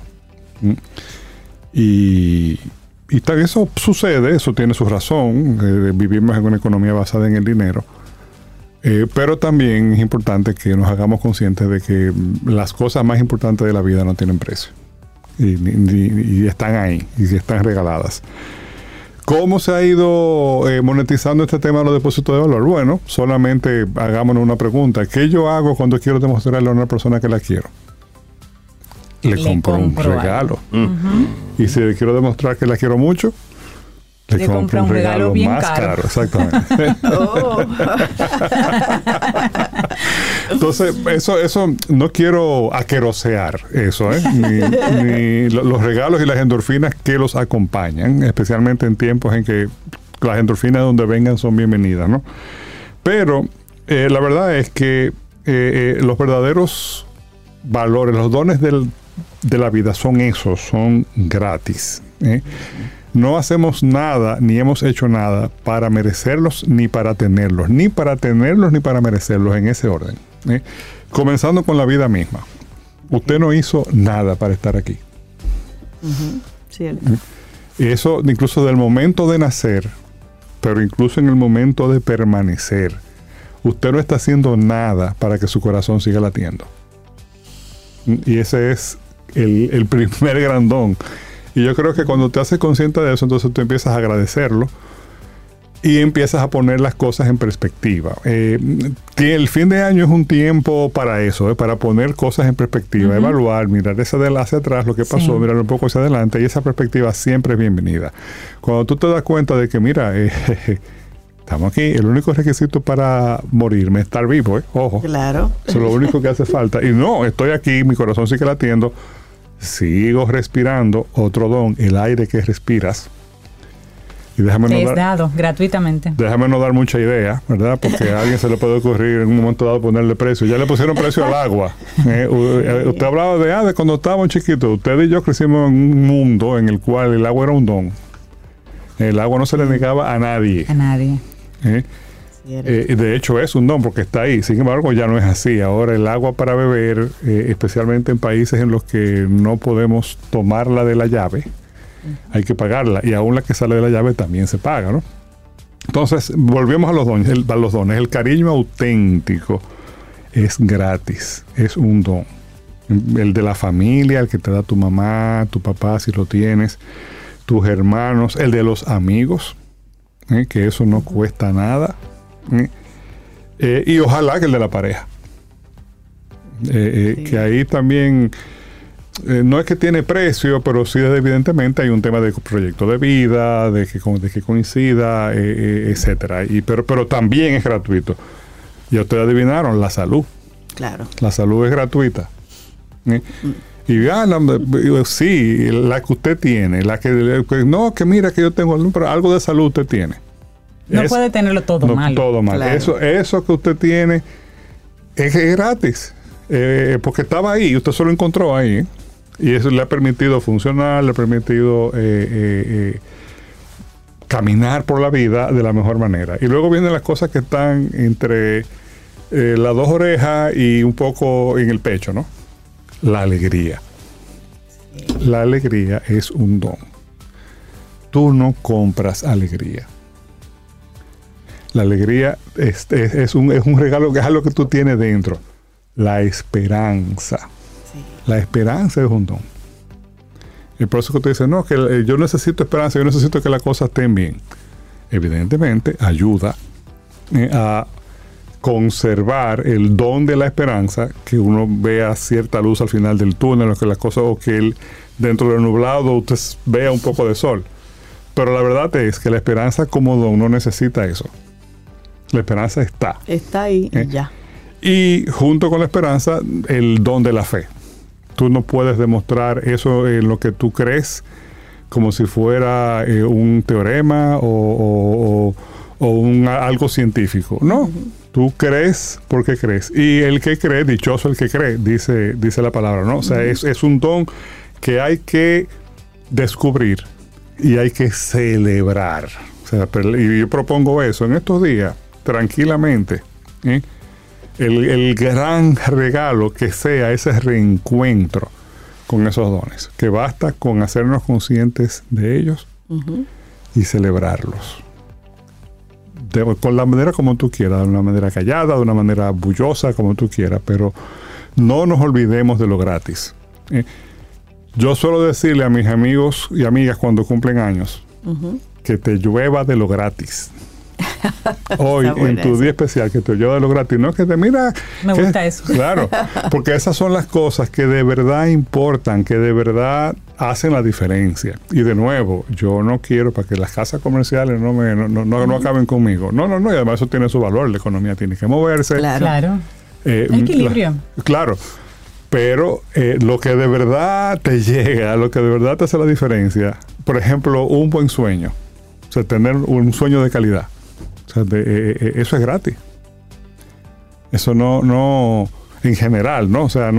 Y eso sucede, eso tiene su razón. Vivimos en una economía basada en el dinero. Pero también es importante que nos hagamos conscientes de que las cosas más importantes de la vida no tienen precio. Y están ahí, y están regaladas. ¿Cómo se ha ido monetizando este tema de los depósitos de valor? Bueno, solamente hagámonos una pregunta. ¿Qué yo hago cuando quiero demostrarle a una persona que la quiero? Le compro un regalo. Y si le quiero demostrar que la quiero mucho, le compro un regalo bien más caro. Exactamente. Entonces, eso no quiero aquerosear eso, ni los regalos y las endorfinas que los acompañan, especialmente en tiempos en que las endorfinas donde vengan son bienvenidas, ¿no? Pero la verdad es que los verdaderos valores, los dones de la vida son esos, son gratis. No hacemos nada, ni hemos hecho nada para merecerlos, ni para tenerlos, ni para merecerlos en ese orden. Comenzando con la vida misma. Usted no hizo nada para estar aquí. Cierto. Y eso, incluso del momento de nacer, pero incluso en el momento de permanecer, usted no está haciendo nada para que su corazón siga latiendo. Y ese es el primer gran don. Y yo creo que cuando te haces consciente de eso, entonces tú empiezas a agradecerlo y empiezas a poner las cosas en perspectiva. El fin de año es un tiempo para eso, para poner cosas en perspectiva, evaluar, mirar hacia atrás lo que pasó, mirar un poco hacia adelante, y esa perspectiva siempre es bienvenida. Cuando tú te das cuenta de que, mira, estamos aquí, el único requisito para morirme es estar vivo, ojo. Claro. Eso es lo único que hace falta. Y no, estoy aquí, mi corazón sigue latiendo, sigo respirando, otro don, el aire que respiras. Y déjame es dado gratuitamente. Déjame no dar mucha idea, ¿verdad? Porque a alguien se le puede ocurrir en un momento dado ponerle precio. Ya le pusieron precio al agua. Usted hablaba de cuando estábamos chiquitos. Usted y yo crecimos en un mundo en el cual el agua era un don. El agua no se le negaba a nadie. A nadie. De hecho es un don porque está ahí. Sin embargo, ya no es así. Ahora el agua para beber, especialmente en países en los que no podemos tomarla de la llave, hay que pagarla, y aún la que sale de la llave también se paga, ¿no? Entonces, volvemos a los dones. El cariño auténtico es gratis, es un don. El de la familia, el que te da tu mamá, tu papá, si lo tienes, tus hermanos, el de los amigos, que eso no cuesta nada, y ojalá que el de la pareja, que ahí también... no es que tiene precio, pero sí evidentemente hay un tema de proyecto de vida, de que coincida, etcétera. Pero también es gratuito. Ya ustedes adivinaron, la salud. Claro. La salud es gratuita. Y sí, la que usted tiene, no, que mira que yo tengo, pero algo de salud usted tiene. No puede tenerlo todo mal. Todo mal. Claro. Eso que usted tiene es gratis. Porque estaba ahí, usted se lo encontró ahí. Y eso le ha permitido funcionar, le ha permitido caminar por la vida de la mejor manera. Y luego vienen las cosas que están entre las dos orejas y un poco en el pecho, ¿no? La alegría. La alegría es un don. Tú no compras alegría. La alegría es un regalo, que es algo que tú tienes dentro. La esperanza. La esperanza es un don. Y por eso que tú dices, no, que yo necesito esperanza, yo necesito que las cosas estén bien. Evidentemente, ayuda a conservar el don de la esperanza, que uno vea cierta luz al final del túnel, o que las cosas, o que dentro del nublado usted vea un poco de sol. Pero la verdad es que la esperanza como don no necesita eso. La esperanza está. Está ahí y ya. Y junto con la esperanza, el don de la fe. Tú no puedes demostrar eso en lo que tú crees como si fuera un teorema o algo científico. No, tú crees porque crees. Y el que cree, dichoso el que cree, dice la palabra, ¿no? O sea, es un don que hay que descubrir y hay que celebrar. O sea, y yo propongo eso en estos días, tranquilamente, el gran regalo que sea ese reencuentro con esos dones, que basta con hacernos conscientes de ellos y celebrarlos con la manera como tú quieras, de una manera callada, de una manera bullosa, como tú quieras, pero no nos olvidemos de lo gratis. Yo suelo decirle a mis amigos y amigas cuando cumplen años que te llueva de lo gratis. Hoy en tu día especial, que te llueva de lo gratis, no que te mira. Me gusta eso. Claro, porque esas son las cosas que de verdad importan, que de verdad hacen la diferencia. Y de nuevo, yo no quiero para que las casas comerciales no acaben conmigo. No, y además eso tiene su valor, la economía tiene que moverse. Claro. Equilibrio. Claro. Pero lo que de verdad te llega, lo que de verdad te hace la diferencia, por ejemplo, un buen sueño. O sea, tener un sueño de calidad. O sea, eso es gratis. Eso no en general, ¿no? O sea,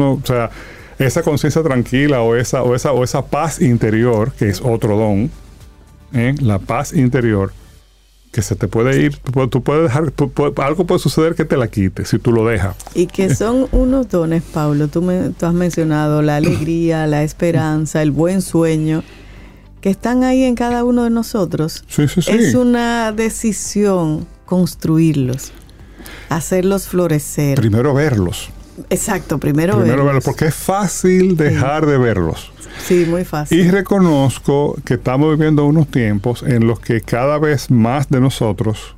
esa conciencia tranquila o esa paz interior, que es otro don, la paz interior, que se te puede ir, tú puedes dejar, algo puede suceder que te la quite si tú lo dejas. Y que son unos dones, Pablo. Tú has mencionado la alegría, la esperanza, el buen sueño. que están ahí en cada uno de nosotros. Sí. Es una decisión construirlos, hacerlos florecer. Primero verlos. Exacto, primero verlos. Porque es fácil dejar de verlos. Sí, muy fácil. Y reconozco que estamos viviendo unos tiempos en los que cada vez más de nosotros,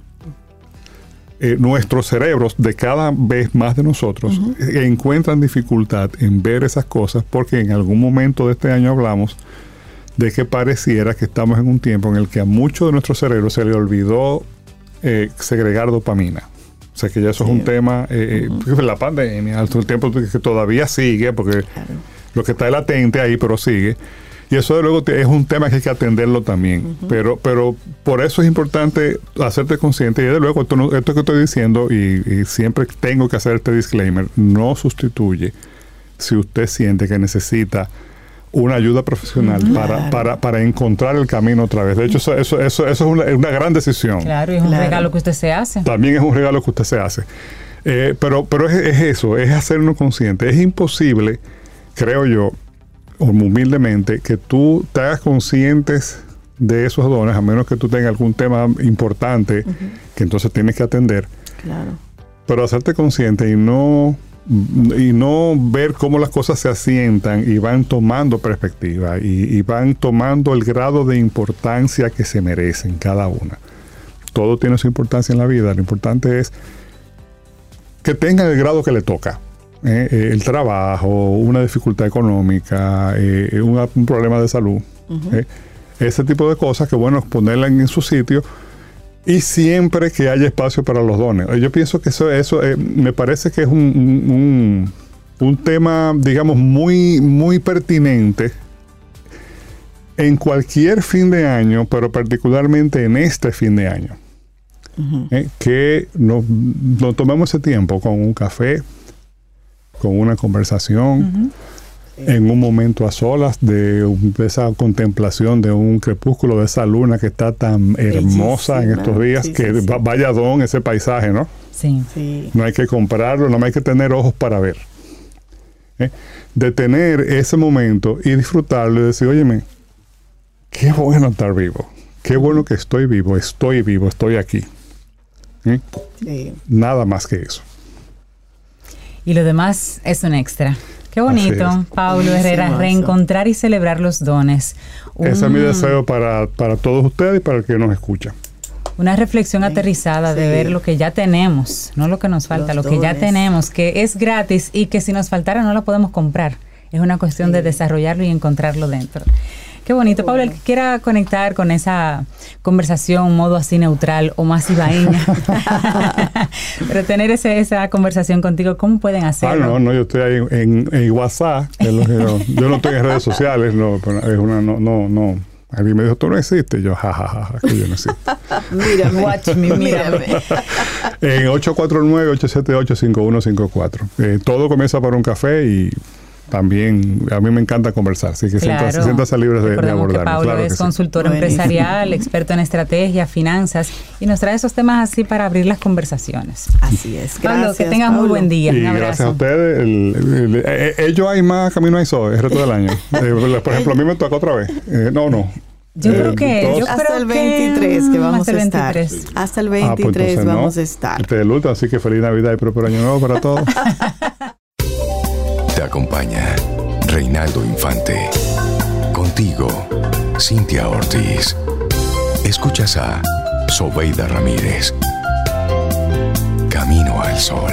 nuestros cerebros de cada vez más de nosotros, encuentran dificultad en ver esas cosas, porque en algún momento de este año hablamos de que pareciera que estamos en un tiempo en el que a muchos de nuestros cerebros se le olvidó segregar dopamina. O sea que ya eso es un tema, la pandemia, el tiempo que todavía sigue, porque lo que está latente ahí, pero sigue. Y eso de luego es un tema que hay que atenderlo también. Pero por eso es importante hacerte consciente. Y de luego esto que estoy diciendo, y siempre tengo que hacer este disclaimer, no sustituye si usted siente que necesita una ayuda profesional para encontrar el camino otra vez. De hecho, eso es una gran decisión. Claro, y es un regalo que usted se hace. También es un regalo que usted se hace. Pero es eso, es hacernos conscientes. Es imposible, creo yo, humildemente, que tú te hagas conscientes de esos dones, a menos que tú tengas algún tema importante que entonces tienes que atender. Claro. Pero hacerte consciente y no ver cómo las cosas se asientan y van tomando perspectiva y van tomando el grado de importancia que se merecen cada una. Todo tiene su importancia en la vida. Lo importante es que tengan el grado que le toca. El trabajo, una dificultad económica, un problema de salud. Ese tipo de cosas que, bueno, ponerla en su sitio. Y siempre que haya espacio para los dones. Yo pienso que eso me parece que es un tema, digamos, muy, muy pertinente en cualquier fin de año, pero particularmente en este fin de año. Que nos tomemos ese tiempo con un café, con una conversación, en un momento a solas de esa contemplación de un crepúsculo, de esa luna que está tan hermosa en estos días, vaya don ese paisaje, ¿no? Sí. No hay que comprarlo, no hay que tener ojos para ver. De tener ese momento y disfrutarlo y decir, óyeme, qué bueno estar vivo, qué bueno que estoy vivo, estoy aquí. Nada más que eso. Y lo demás es un extra. Qué bonito, Paulo Herrera, reencontrar y celebrar los dones. Ese es mi deseo para todos ustedes y para el que nos escucha. Una reflexión aterrizada de ver lo que ya tenemos, no lo que nos falta, lo que ya tenemos, que es gratis y que si nos faltara no lo podemos comprar. Es una cuestión de desarrollarlo y encontrarlo dentro. Qué bonito. Pablo, el que quiera conectar con esa conversación, modo así neutral o más ibaeña, pero tener esa conversación contigo, ¿cómo pueden hacerlo? No, yo estoy ahí en WhatsApp. Yo no estoy en redes sociales, no. Alguien me dijo, tú no existes. Yo, jajaja, que yo no existo. Mírame, watch me, mírame. En 849-878-5154. Todo comienza por un café y también a mí me encanta conversar, así que siéntase libres de abordarme. Que Paulo es consultor empresarial, experto en estrategia, finanzas, y nos trae esos temas así para abrir las conversaciones. Así es. Gracias, Paulo, que tengas muy buen día. Y un abrazo. Gracias a ustedes. Ellos hay más Camino al Sol el resto del año. Por ejemplo, a mí me toca otra vez. Yo creo que hasta el 23 que vamos a estar. Hasta el 23 vamos a estar. Este es el último, así que feliz Navidad y próspero año nuevo para todos. Te acompaña Reinaldo Infante. Contigo, Cintia Ortiz. Escuchas a Sobeida Ramírez. Camino al Sol.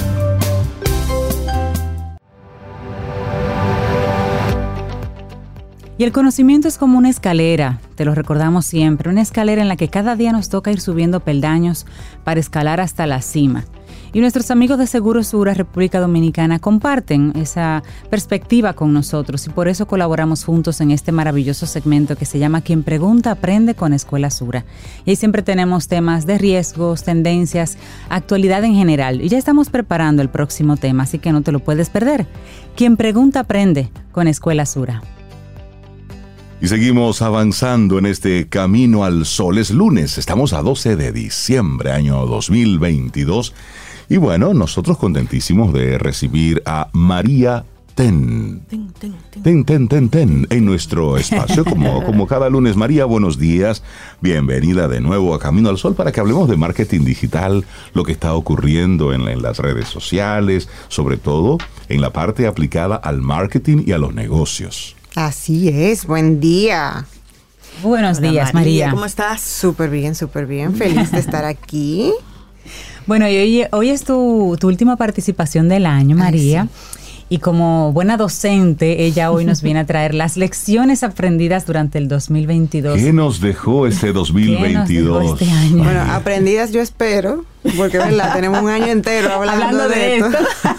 Y el conocimiento es como una escalera, te lo recordamos siempre, una escalera en la que cada día nos toca ir subiendo peldaños para escalar hasta la cima. Y nuestros amigos de Seguro Sura República Dominicana comparten esa perspectiva con nosotros y por eso colaboramos juntos en este maravilloso segmento que se llama Quien Pregunta Aprende con Escuela Sura. Y ahí siempre tenemos temas de riesgos, tendencias, actualidad en general. Y ya estamos preparando el próximo tema, así que no te lo puedes perder. Quien Pregunta Aprende con Escuela Sura. Y seguimos avanzando en este Camino al Sol. Es lunes, estamos a 12 de diciembre, año 2022. Y bueno, nosotros contentísimos de recibir a María Ten, en nuestro espacio, como cada lunes. María, buenos días. Bienvenida de nuevo a Camino al Sol para que hablemos de marketing digital, lo que está ocurriendo en las redes sociales, sobre todo en la parte aplicada al marketing y a los negocios. Así es, buen día. Buenos días, María. ¿Cómo estás? Súper bien, feliz de estar aquí. Bueno, y hoy es tu última participación del año, María. Ay, sí. Y como buena docente, ella hoy nos viene a traer las lecciones aprendidas durante el 2022. ¿Qué nos dejó ese 2022? ¿Qué nos dejó este año? Bueno, aprendidas yo espero, porque ¿verdad? Tenemos un año entero hablando de esto.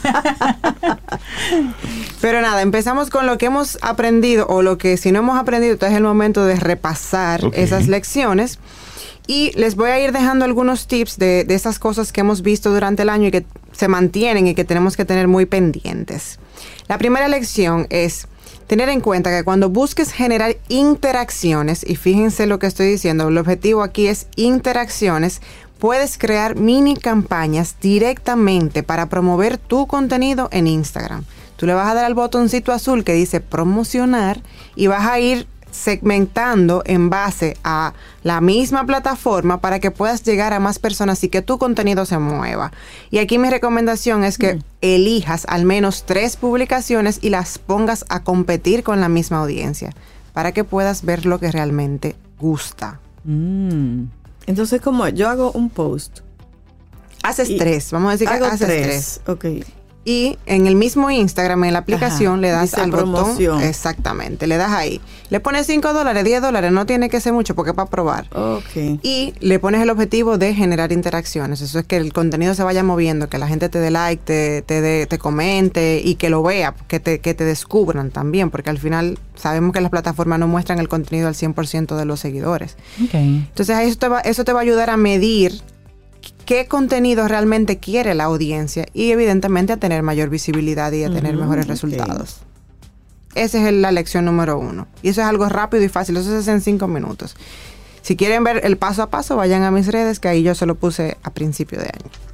Pero nada, empezamos con lo que hemos aprendido, o lo que si no hemos aprendido, entonces es el momento de repasar esas lecciones. Y les voy a ir dejando algunos tips de esas cosas que hemos visto durante el año y que se mantienen y que tenemos que tener muy pendientes. La primera lección es tener en cuenta que cuando busques generar interacciones, y fíjense lo que estoy diciendo, el objetivo aquí es interacciones, puedes crear mini campañas directamente para promover tu contenido en Instagram. Tú le vas a dar al botoncito azul que dice promocionar y vas a ir segmentando en base a la misma plataforma para que puedas llegar a más personas y que tu contenido se mueva. Y aquí mi recomendación es que elijas al menos 3 publicaciones y las pongas a competir con la misma audiencia para que puedas ver lo que realmente gusta. Entonces, como yo hago un post, haces 3, vamos a decir que haces 3. Ok. Y en el mismo Instagram, en la aplicación, le das al promoción. botón. Exactamente, le das ahí. Le pones $5, $10, no tiene que ser mucho porque es para probar. Okay. Y le pones el objetivo de generar interacciones. Eso es que el contenido se vaya moviendo, que la gente te dé like, te comente y que lo vea, que te descubran también, porque al final sabemos que las plataformas no muestran el contenido al 100% de los seguidores. Okay. Entonces eso te va a ayudar a medir qué contenido realmente quiere la audiencia y evidentemente a tener mayor visibilidad y a tener mejores resultados. Esa es la lección número 1. Y eso es algo rápido y fácil, eso se hace en 5 minutos. Si quieren ver el paso a paso, vayan a mis redes, que ahí yo se lo puse a principio de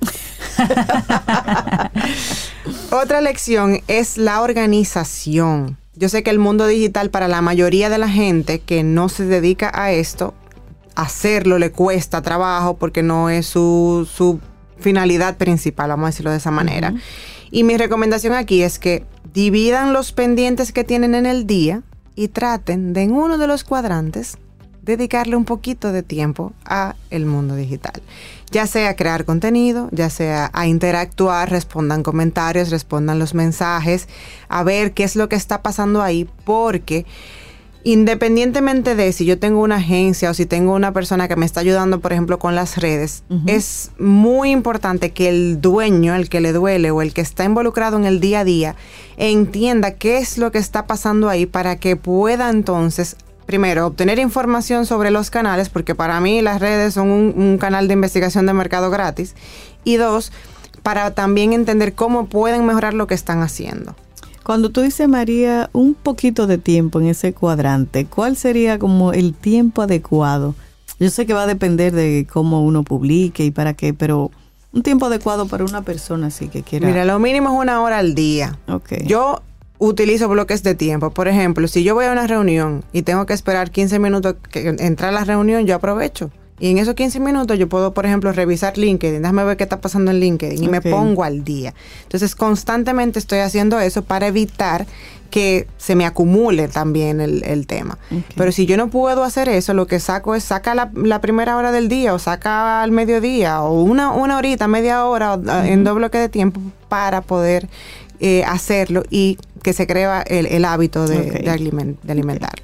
año. Otra lección es la organización. Yo sé que el mundo digital para la mayoría de la gente que no se dedica a esto, hacerlo le cuesta trabajo porque no es su finalidad principal, vamos a decirlo de esa manera. Y mi recomendación aquí es que dividan los pendientes que tienen en el día y traten de en uno de los cuadrantes dedicarle un poquito de tiempo a el mundo digital. Ya sea a crear contenido, ya sea a interactuar, respondan comentarios, respondan los mensajes, a ver qué es lo que está pasando ahí, porque independientemente de si yo tengo una agencia o si tengo una persona que me está ayudando, por ejemplo, con las redes, es muy importante que el dueño, el que le duele o el que está involucrado en el día a día, entienda qué es lo que está pasando ahí para que pueda entonces, primero, obtener información sobre los canales, porque para mí las redes son un canal de investigación de mercado gratis, y 2, para también entender cómo pueden mejorar lo que están haciendo. Cuando tú dices, María, un poquito de tiempo en ese cuadrante, ¿cuál sería como el tiempo adecuado? Yo sé que va a depender de cómo uno publique y para qué, pero un tiempo adecuado para una persona así que quiera. Mira, lo mínimo es 1 hora al día. Okay. Yo utilizo bloques de tiempo. Por ejemplo, si yo voy a una reunión y tengo que esperar 15 minutos que entrar a la reunión, yo aprovecho. Y en esos 15 minutos yo puedo, por ejemplo, revisar LinkedIn, déjame ver qué está pasando en LinkedIn y me pongo al día. Entonces, constantemente estoy haciendo eso para evitar que se me acumule también el tema. Pero si yo no puedo hacer eso, lo que saco es saca la primera hora del día o saca al mediodía o una horita, media hora en 2 bloques de tiempo para poder hacerlo y que se crea el hábito de alimentarlo.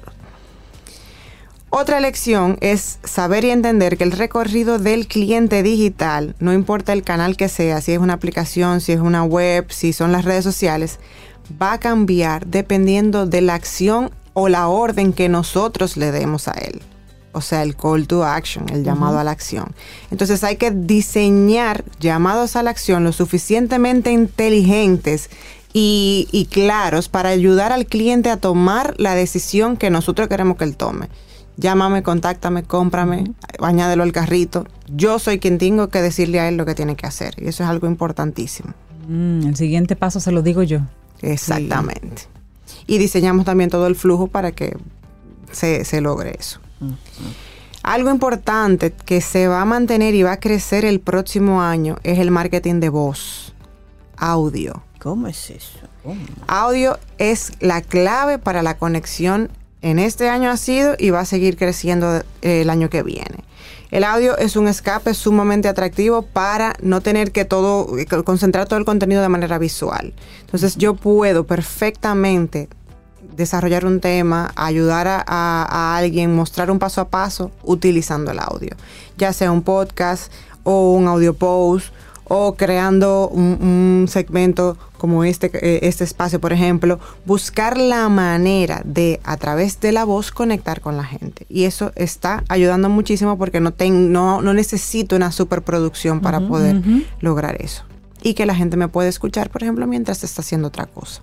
Otra lección es saber y entender que el recorrido del cliente digital, no importa el canal que sea, si es una aplicación, si es una web, si son las redes sociales, va a cambiar dependiendo de la acción o la orden que nosotros le demos a él. O sea, el call to action, el llamado a la acción. Entonces hay que diseñar llamados a la acción lo suficientemente inteligentes y claros para ayudar al cliente a tomar la decisión que nosotros queremos que él tome. Llámame, contáctame, cómprame, añádelo al carrito. Yo soy quien tengo que decirle a él lo que tiene que hacer. Y eso es algo importantísimo. El siguiente paso se lo digo yo. Exactamente. Sí. Y diseñamos también todo el flujo para que se logre eso. Algo importante que se va a mantener y va a crecer el próximo año es el marketing de voz, audio. ¿Cómo es eso? Audio es la clave para la conexión. En este año ha sido y va a seguir creciendo el año que viene. El audio es un escape sumamente atractivo para no tener que concentrar todo el contenido de manera visual. Entonces yo puedo perfectamente desarrollar un tema, ayudar a alguien, mostrar un paso a paso utilizando el audio. Ya sea un podcast o un audio post o creando un segmento como este espacio, por ejemplo, buscar la manera de, a través de la voz, conectar con la gente. Y eso está ayudando muchísimo porque no necesito una superproducción para poder lograr eso. Y que la gente me puede escuchar, por ejemplo, mientras está haciendo otra cosa.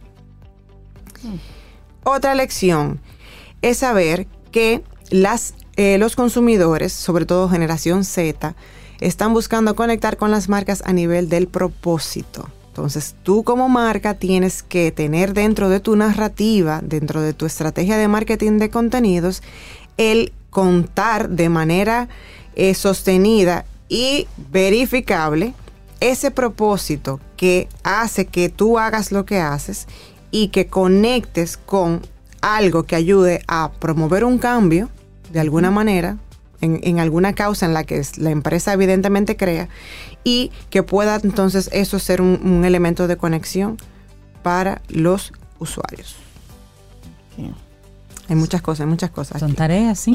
Otra lección es saber que los consumidores, sobre todo generación Z, están buscando conectar con las marcas a nivel del propósito. Entonces, tú como marca tienes que tener dentro de tu narrativa, dentro de tu estrategia de marketing de contenidos, el contar de manera sostenida y verificable ese propósito que hace que tú hagas lo que haces y que conectes con algo que ayude a promover un cambio de alguna manera, en alguna causa en la que la empresa evidentemente crea, y que pueda entonces eso ser un elemento de conexión para los usuarios. Sí. Hay muchas cosas Son aquí. Tareas, sí.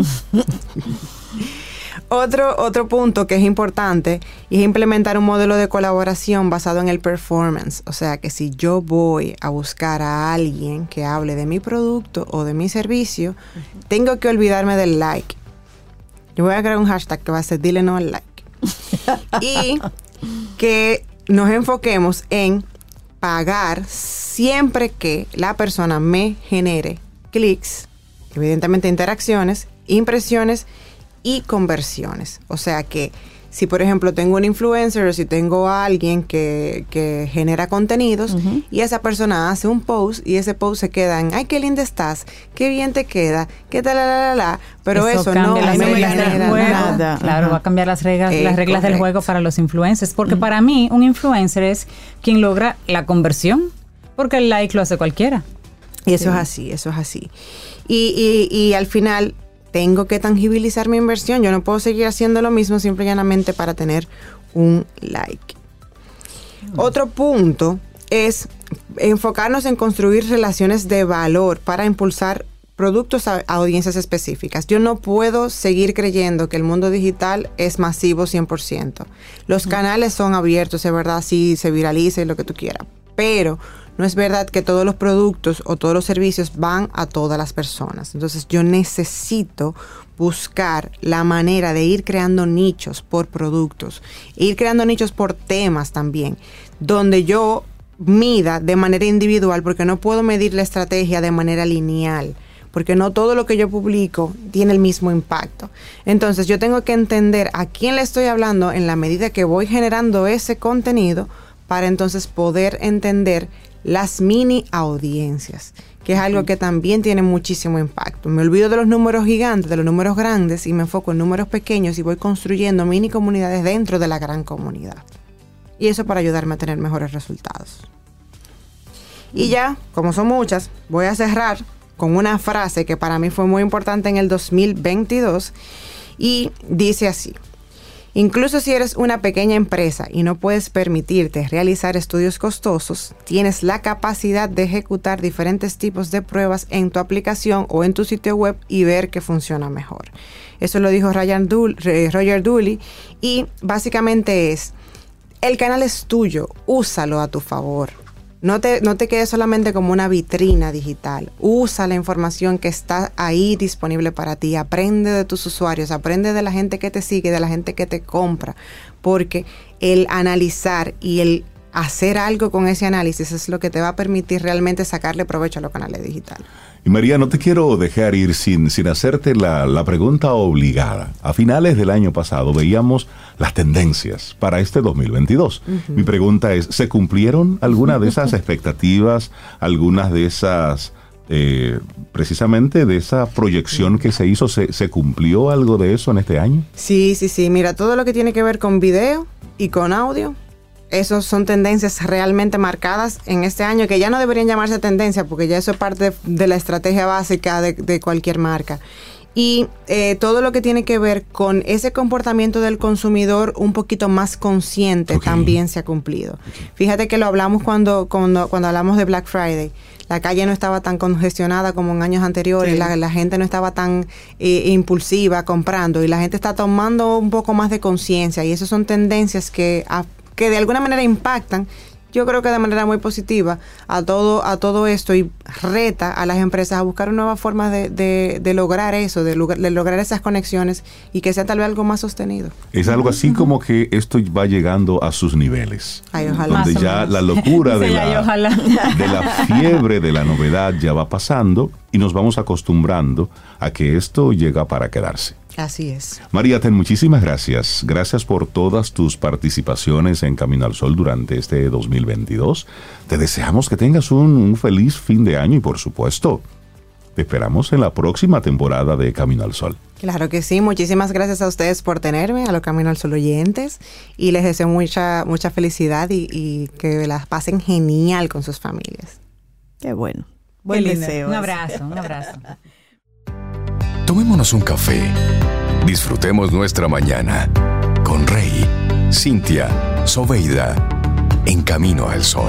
Otro punto que es importante es implementar un modelo de colaboración basado en el performance. O sea que si yo voy a buscar a alguien que hable de mi producto o de mi servicio, tengo que olvidarme del like. Yo voy a crear un hashtag que va a ser dile no al like. Y que nos enfoquemos en pagar siempre que la persona me genere clics, evidentemente interacciones, impresiones y conversiones. O sea que si por ejemplo tengo un influencer o si tengo a alguien que genera contenidos y esa persona hace un post y ese post se queda en ay, qué linda estás, qué bien te queda, qué tal, pero eso no genera nada. Claro, va a cambiar las reglas del juego para los influencers, porque para mí un influencer es quien logra la conversión, porque el like lo hace cualquiera. Y eso es así. Y al final tengo que tangibilizar mi inversión. Yo no puedo seguir haciendo lo mismo simple y llanamente para tener un like. Otro punto es enfocarnos en construir relaciones de valor para impulsar productos a audiencias específicas. Yo no puedo seguir creyendo que el mundo digital es masivo 100%. Los canales son abiertos, es verdad, sí, se viraliza y lo que tú quieras. Pero no es verdad que todos los productos o todos los servicios van a todas las personas. Entonces yo necesito buscar la manera de ir creando nichos por productos, ir creando nichos por temas también, donde yo mida de manera individual, porque no puedo medir la estrategia de manera lineal, porque no todo lo que yo publico tiene el mismo impacto. Entonces yo tengo que entender a quién le estoy hablando en la medida que voy generando ese contenido, para entonces poder entender las mini audiencias, que es algo que también tiene muchísimo impacto. Me olvido de los números gigantes, de los números grandes, y me enfoco en números pequeños y voy construyendo mini comunidades dentro de la gran comunidad. Y eso para ayudarme a tener mejores resultados. Y ya, como son muchas, voy a cerrar con una frase que para mí fue muy importante en el 2022 y dice así: incluso si eres una pequeña empresa y no puedes permitirte realizar estudios costosos, tienes la capacidad de ejecutar diferentes tipos de pruebas en tu aplicación o en tu sitio web y ver que funciona mejor. Eso lo dijo Roger Dooley, y básicamente es: el canal es tuyo, úsalo a tu favor. No te quedes solamente como una vitrina digital. Usa la información que está ahí disponible para ti. Aprende de tus usuarios, aprende de la gente que te sigue, de la gente que te compra. Porque el analizar y el hacer algo con ese análisis es lo que te va a permitir realmente sacarle provecho a los canales digitales. Y María, no te quiero dejar ir sin hacerte la pregunta obligada. A finales del año pasado veíamos las tendencias para este 2022. Mi pregunta es, ¿se cumplieron algunas de esas expectativas, algunas de esas, precisamente de esa proyección que se hizo, ¿se cumplió algo de eso en este año? Sí. Mira, todo lo que tiene que ver con video y con audio, esos son tendencias realmente marcadas en este año, que ya no deberían llamarse tendencia, porque ya eso es parte de la estrategia básica de cualquier marca. Y todo lo que tiene que ver con ese comportamiento del consumidor un poquito más consciente también se ha cumplido. Fíjate que lo hablamos cuando hablamos de Black Friday. La calle no estaba tan congestionada como en años anteriores, la gente no estaba tan impulsiva comprando, y la gente está tomando un poco más de conciencia, y esas son tendencias que de alguna manera impactan, yo creo que de manera muy positiva, a todo esto, y reta a las empresas a buscar nuevas formas de lograr eso, de lograr esas conexiones, y que sea tal vez algo más sostenido. Es algo así como que esto va llegando a sus niveles. Ay, ojalá. Donde ya la locura de la fiebre de la novedad ya va pasando, y nos vamos acostumbrando a que esto llega para quedadarse. Así es. María Ten, muchísimas gracias. Gracias por todas tus participaciones en Camino al Sol durante este 2022. Te deseamos que tengas un feliz fin de año y, por supuesto, te esperamos en la próxima temporada de Camino al Sol. Claro que sí. Muchísimas gracias a ustedes por tenerme, a los Camino al Sol oyentes, y les deseo mucha felicidad y que las pasen genial con sus familias. Qué bueno. Buen deseo. Un abrazo. Tomémonos un café. Disfrutemos nuestra mañana con Rey, Cintia, Soveida, en Camino al Sol.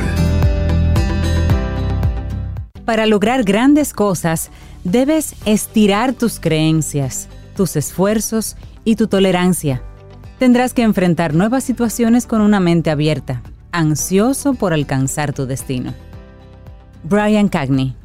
Para lograr grandes cosas, debes estirar tus creencias, tus esfuerzos y tu tolerancia. Tendrás que enfrentar nuevas situaciones con una mente abierta, ansioso por alcanzar tu destino. Brian Cagney.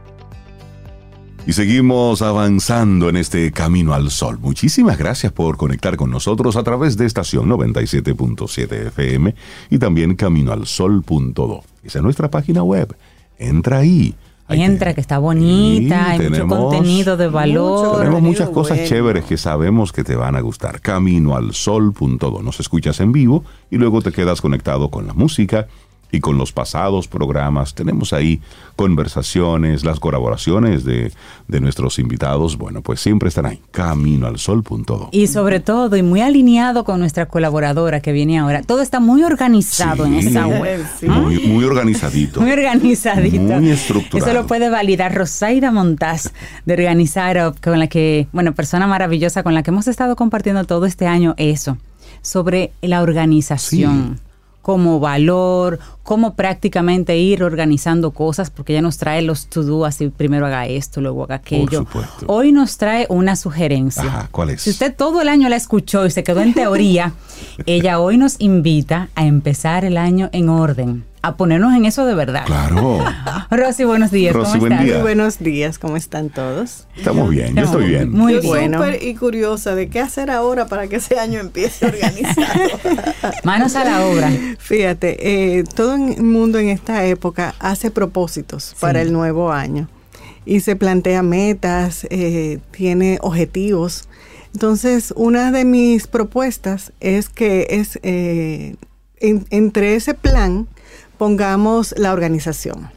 Y seguimos avanzando en este Camino al Sol. Muchísimas gracias por conectar con nosotros a través de estación 97.7 FM y también caminoalsol.do. Esa es nuestra página web. Entra ahí. Entra, que está bonita, hay mucho contenido de valor. Tenemos muchas cosas chéveres que sabemos que te van a gustar. Caminoalsol.do. Nos escuchas en vivo y luego te quedas conectado con la música y con los pasados programas. Tenemos ahí conversaciones, las colaboraciones de nuestros invitados. Bueno, pues siempre están ahí, caminoalsol.do. Y sobre todo, y muy alineado con nuestra colaboradora que viene ahora, todo está muy organizado en esa web. Sí. Muy organizadito. Muy organizadito. Muy estructurado. Eso lo puede validar Rosaida Montaz de Organizar Up, con la que, persona maravillosa con la que hemos estado compartiendo todo este año eso, sobre la organización. Sí. Como valor, cómo prácticamente ir organizando cosas, porque ella nos trae los to-do, así primero haga esto, luego haga aquello. Por supuesto. Hoy nos trae una sugerencia. Ajá, ¿cuál es? Si usted todo el año la escuchó y se quedó en teoría, ella hoy nos invita a empezar el año en orden, a ponernos en eso de verdad. Claro. Rosy, buenos días. Rosy, ¿cómo estás? día. Muy buenos días, ¿cómo están todos? Estamos bien, yo estoy bien. Muy bueno. Súper y curiosa de qué hacer ahora para que ese año empiece organizado. Manos a la obra. Fíjate, todo el mundo en esta época hace propósitos para el nuevo año y se plantea metas, tiene objetivos. Entonces, una de mis propuestas es que entre ese plan pongamos la organización,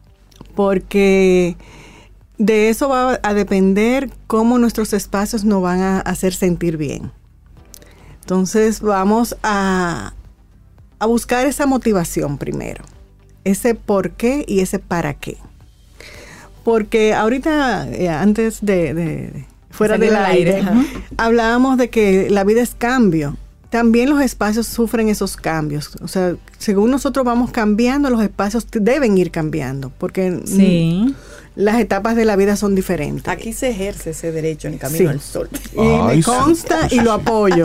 porque de eso va a depender cómo nuestros espacios nos van a hacer sentir bien. Entonces vamos a buscar esa motivación primero, ese por qué y ese para qué. Porque ahorita, antes de fuera del aire, hablábamos de que la vida es cambio. También los espacios sufren esos cambios. O sea, según nosotros vamos cambiando, los espacios deben ir cambiando, porque las etapas de la vida son diferentes. Aquí se ejerce ese derecho en Camino al Sol. Y me consta y lo apoyo,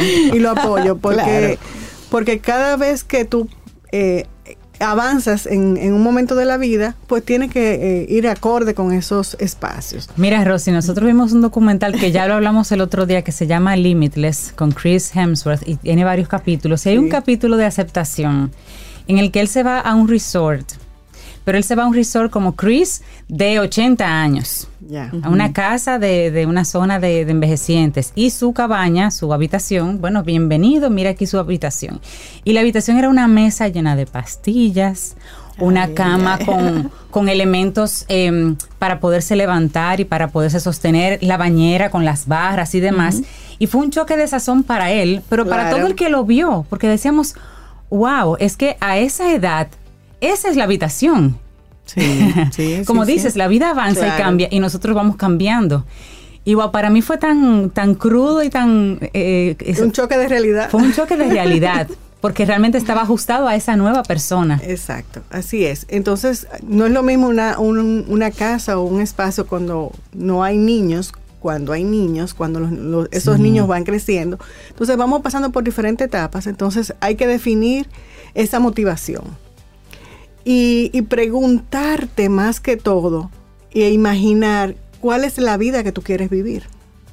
porque cada vez que tú avanzas en un momento de la vida, pues tienes que ir acorde con esos espacios. Mira, Rosy, nosotros vimos un documental que ya lo hablamos el otro día, que se llama Limitless, con Chris Hemsworth, y tiene varios capítulos. Y hay un capítulo de aceptación. en el que él se va a un resort. Pero él se va a un resort como Chris de 80 años. A una casa de una zona de envejecientes. Y su cabaña, su habitación, bueno, bienvenido, mira aquí su habitación. Y la habitación era una mesa llena de pastillas, una cama con elementos para poderse levantar y para poderse sostener, la bañera con las barras y demás. Y fue un choque de sazón para él, pero para todo el que lo vio, porque decíamos, wow, es que a esa edad, esa es la habitación. Sí, como dices, la vida avanza y cambia y nosotros vamos cambiando. Y wow, para mí fue tan crudo y tan... un choque de realidad. Fue un choque de realidad, porque realmente estaba ajustado a esa nueva persona. Exacto, así es. Entonces, no es lo mismo una casa o un espacio cuando no hay niños, cuando hay niños, cuando esos niños van creciendo. Entonces, vamos pasando por diferentes etapas. Entonces, hay que definir esa motivación. Y preguntarte más que todo e imaginar cuál es la vida que tú quieres vivir.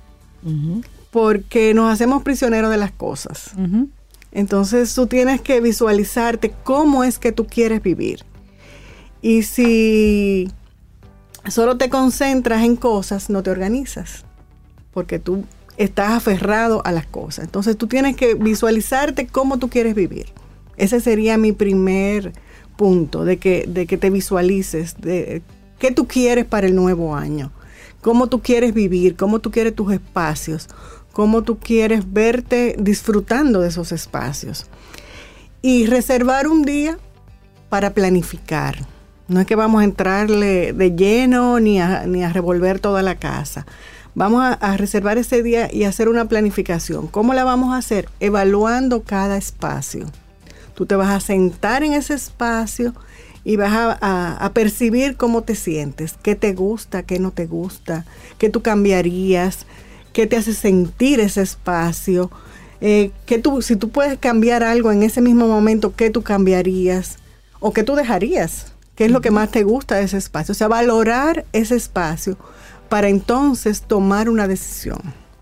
Porque nos hacemos prisioneros de las cosas. Entonces tú tienes que visualizarte cómo es que tú quieres vivir. Y si solo te concentras en cosas, no te organizas. Porque tú estás aferrado a las cosas. Entonces tú tienes que visualizarte cómo tú quieres vivir. Ese sería mi primer punto, de que te visualices, de qué tú quieres para el nuevo año, cómo tú quieres vivir, cómo tú quieres tus espacios, cómo tú quieres verte disfrutando de esos espacios. Y reservar un día para planificar. No es que vamos a entrarle de lleno ni a revolver toda la casa. Vamos a reservar ese día y hacer una planificación. ¿Cómo la vamos a hacer? Evaluando cada espacio. Tú te vas a sentar en ese espacio y vas a percibir cómo te sientes, qué te gusta, qué no te gusta, qué tú cambiarías, qué te hace sentir ese espacio, si tú puedes cambiar algo en ese mismo momento, qué tú cambiarías o qué tú dejarías, qué es lo que más te gusta de ese espacio. O sea, valorar ese espacio para entonces tomar una decisión.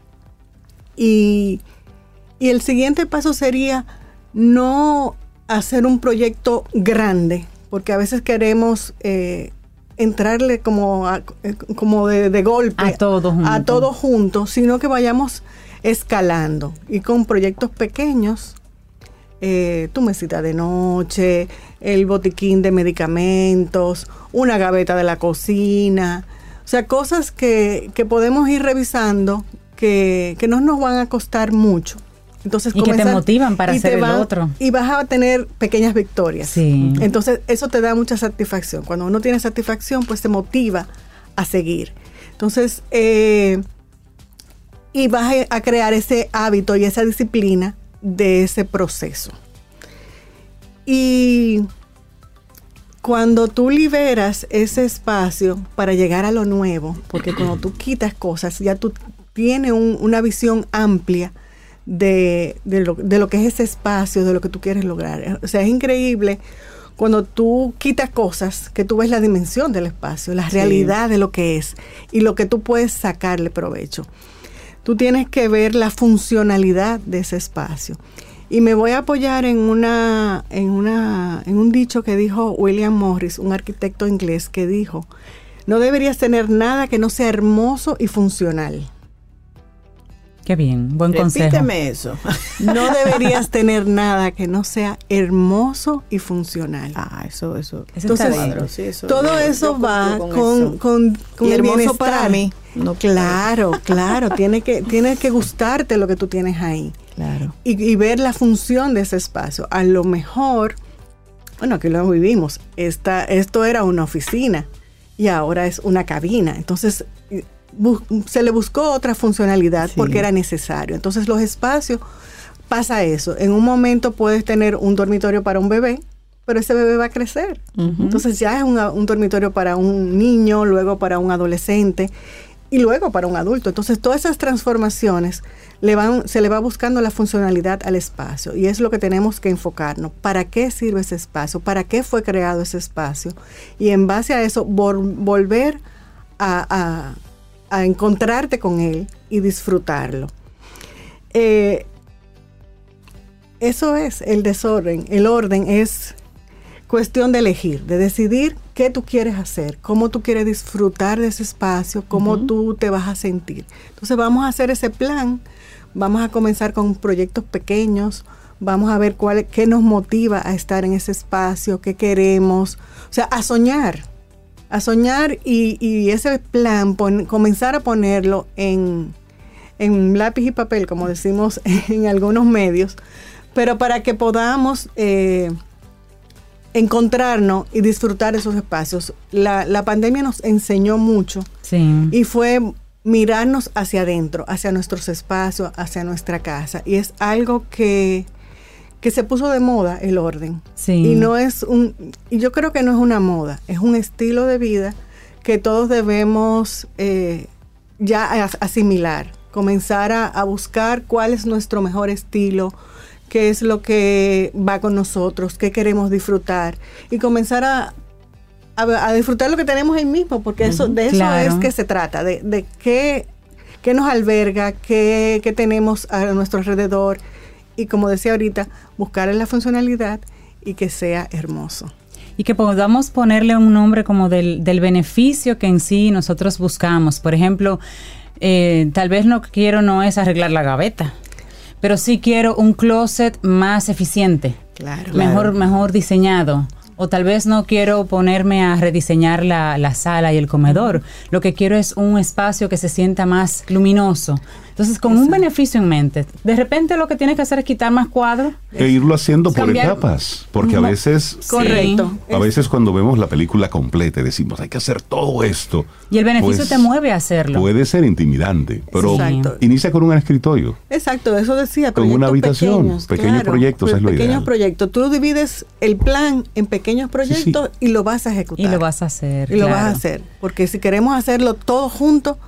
Y el siguiente paso sería no hacer un proyecto grande, porque a veces queremos entrarle como de golpe a todo junto, sino que vayamos escalando y con proyectos pequeños, tu mesita de noche, el botiquín de medicamentos, una gaveta de la cocina, o sea, cosas que podemos ir revisando que no nos van a costar mucho. Entonces, y que te motivan para hacer el otro. Y vas a tener pequeñas victorias. Sí. Entonces, eso te da mucha satisfacción. Cuando uno tiene satisfacción, pues te motiva a seguir. Entonces, y vas a crear ese hábito y esa disciplina de ese proceso. Y cuando tú liberas ese espacio para llegar a lo nuevo, porque cuando tú quitas cosas, ya tú tienes una visión amplia de lo que es ese espacio, de lo que tú quieres lograr. O sea, es increíble cuando tú quitas cosas, que tú ves la dimensión del espacio, la realidad de lo que es y lo que tú puedes sacarle provecho. Tú tienes que ver la funcionalidad de ese espacio. Y me voy a apoyar en un dicho que dijo William Morris, un arquitecto inglés, que dijo: no deberías tener nada que no sea hermoso y funcional. Qué bien, buen consejo. Repíteme eso. No deberías tener nada que no sea hermoso y funcional. Eso. Entonces, sí, eso, todo eso va con y el hermoso bienestar. Para mí. No, claro. Tiene que gustarte lo que tú tienes ahí. Claro. Y ver la función de ese espacio. A lo mejor, bueno, aquí lo vivimos. Esto era una oficina y ahora es una cabina. Entonces, se le buscó otra funcionalidad porque era necesario. Entonces los espacios, pasa eso. En un momento puedes tener un dormitorio para un bebé, pero ese bebé va a crecer. Entonces ya es un dormitorio para un niño, luego para un adolescente y luego para un adulto. Entonces todas esas transformaciones se le va buscando la funcionalidad al espacio y es lo que tenemos que enfocarnos. ¿Para qué sirve ese espacio? ¿Para qué fue creado ese espacio? Y en base a eso volver a encontrarte con él y disfrutarlo. Eso es el desorden. El orden es cuestión de elegir, de decidir qué tú quieres hacer, cómo tú quieres disfrutar de ese espacio, cómo tú te vas a sentir. Entonces vamos a hacer ese plan, vamos a comenzar con proyectos pequeños, vamos a ver qué nos motiva a estar en ese espacio, qué queremos, o sea, a soñar y ese plan, comenzar a ponerlo en lápiz y papel, como decimos en algunos medios, pero para que podamos encontrarnos y disfrutar esos espacios. La pandemia nos enseñó mucho y fue mirarnos hacia adentro, hacia nuestros espacios, hacia nuestra casa, y es algo que se puso de moda, el orden. Y yo creo que no es una moda, es un estilo de vida que todos debemos ya asimilar, comenzar a buscar cuál es nuestro mejor estilo, qué es lo que va con nosotros, qué queremos disfrutar, y comenzar a disfrutar lo que tenemos ahí mismo, porque de eso es que se trata, de qué nos alberga, qué tenemos a nuestro alrededor, y como decía ahorita, buscar la funcionalidad y que sea hermoso. Y que podamos ponerle un nombre como del beneficio que en sí nosotros buscamos. Por ejemplo, tal vez lo que quiero no es arreglar la gaveta, pero sí quiero un closet más eficiente, mejor diseñado. O tal vez no quiero ponerme a rediseñar la sala y el comedor. Lo que quiero es un espacio que se sienta más luminoso. Entonces, con un beneficio en mente, de repente lo que tienes que hacer es quitar más cuadros. E irlo haciendo por etapas, porque a veces... Correcto. A veces cuando vemos la película completa decimos, hay que hacer todo esto. Y el beneficio te mueve a hacerlo. Puede ser intimidante, pero inicia con un escritorio. Exacto, eso decía. Con una habitación, pequeños proyectos es lo ideal. Pequeños proyectos. Tú divides el plan en pequeños proyectos y lo vas a ejecutar. Y lo vas a hacer. Y lo vas a hacer. Porque si queremos hacerlo todo junto,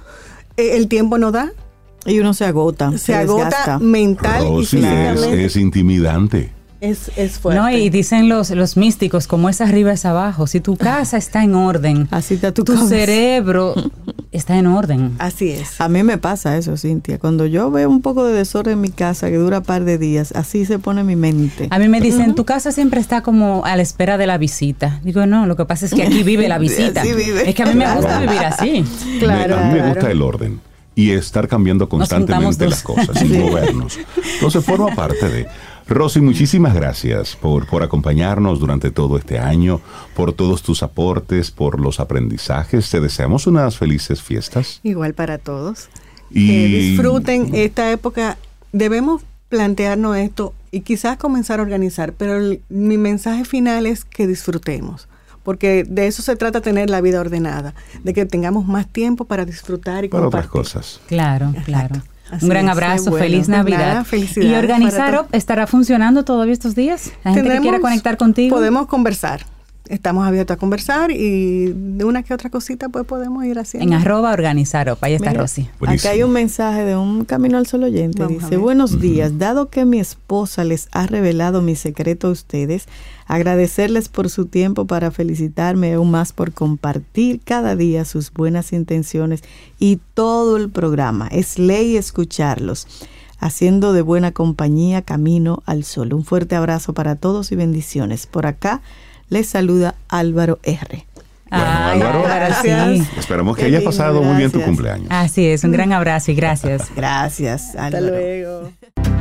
el tiempo no da. Y uno se agota. Se agota mental y físicamente. Es intimidante. Es fuerte. No, y dicen los místicos, como es arriba es abajo. Si tu casa está en orden, así está tu cerebro está en orden. Así es. A mí me pasa eso, Cintia. Cuando yo veo un poco de desorden en mi casa que dura un par de días, así se pone mi mente. A mí me dicen, tu casa siempre está como a la espera de la visita. Digo, no, lo que pasa es que aquí vive la visita. Es que a mí me gusta vivir así. A mí me gusta el orden. Y estar cambiando constantemente las cosas, sin movernos. Entonces forma parte de... Rosy, muchísimas gracias por acompañarnos durante todo este año, por todos tus aportes, por los aprendizajes. Te deseamos unas felices fiestas. Igual para todos. Que disfruten esta época. Debemos plantearnos esto y quizás comenzar a organizar, pero mi mensaje final es que disfrutemos. Porque de eso se trata, tener la vida ordenada, de que tengamos más tiempo para disfrutar y compartir. Para otras cosas. Claro. Así un gran abrazo, feliz Navidad. Felicidades. ¿Y Organizar estará funcionando todavía estos días? ¿La gente que quiera conectar contigo? Podemos conversar. Estamos abiertos a conversar y de una que otra cosita pues podemos ir haciendo. En @Organizar. Ahí está Rosy. Acá hay un mensaje de un Camino al Sol oyente. Dice, buenos días, dado que mi esposa les ha revelado mi secreto a ustedes, agradecerles por su tiempo para felicitarme aún más por compartir cada día sus buenas intenciones y todo el programa. Es ley escucharlos, haciendo de buena compañía Camino al Sol. Un fuerte abrazo para todos y bendiciones. Por acá les saluda Álvaro R. Bueno, Álvaro, gracias. Esperamos que haya pasado muy bien tu cumpleaños. Así es, un gran abrazo y gracias. Gracias, Álvaro. Hasta luego.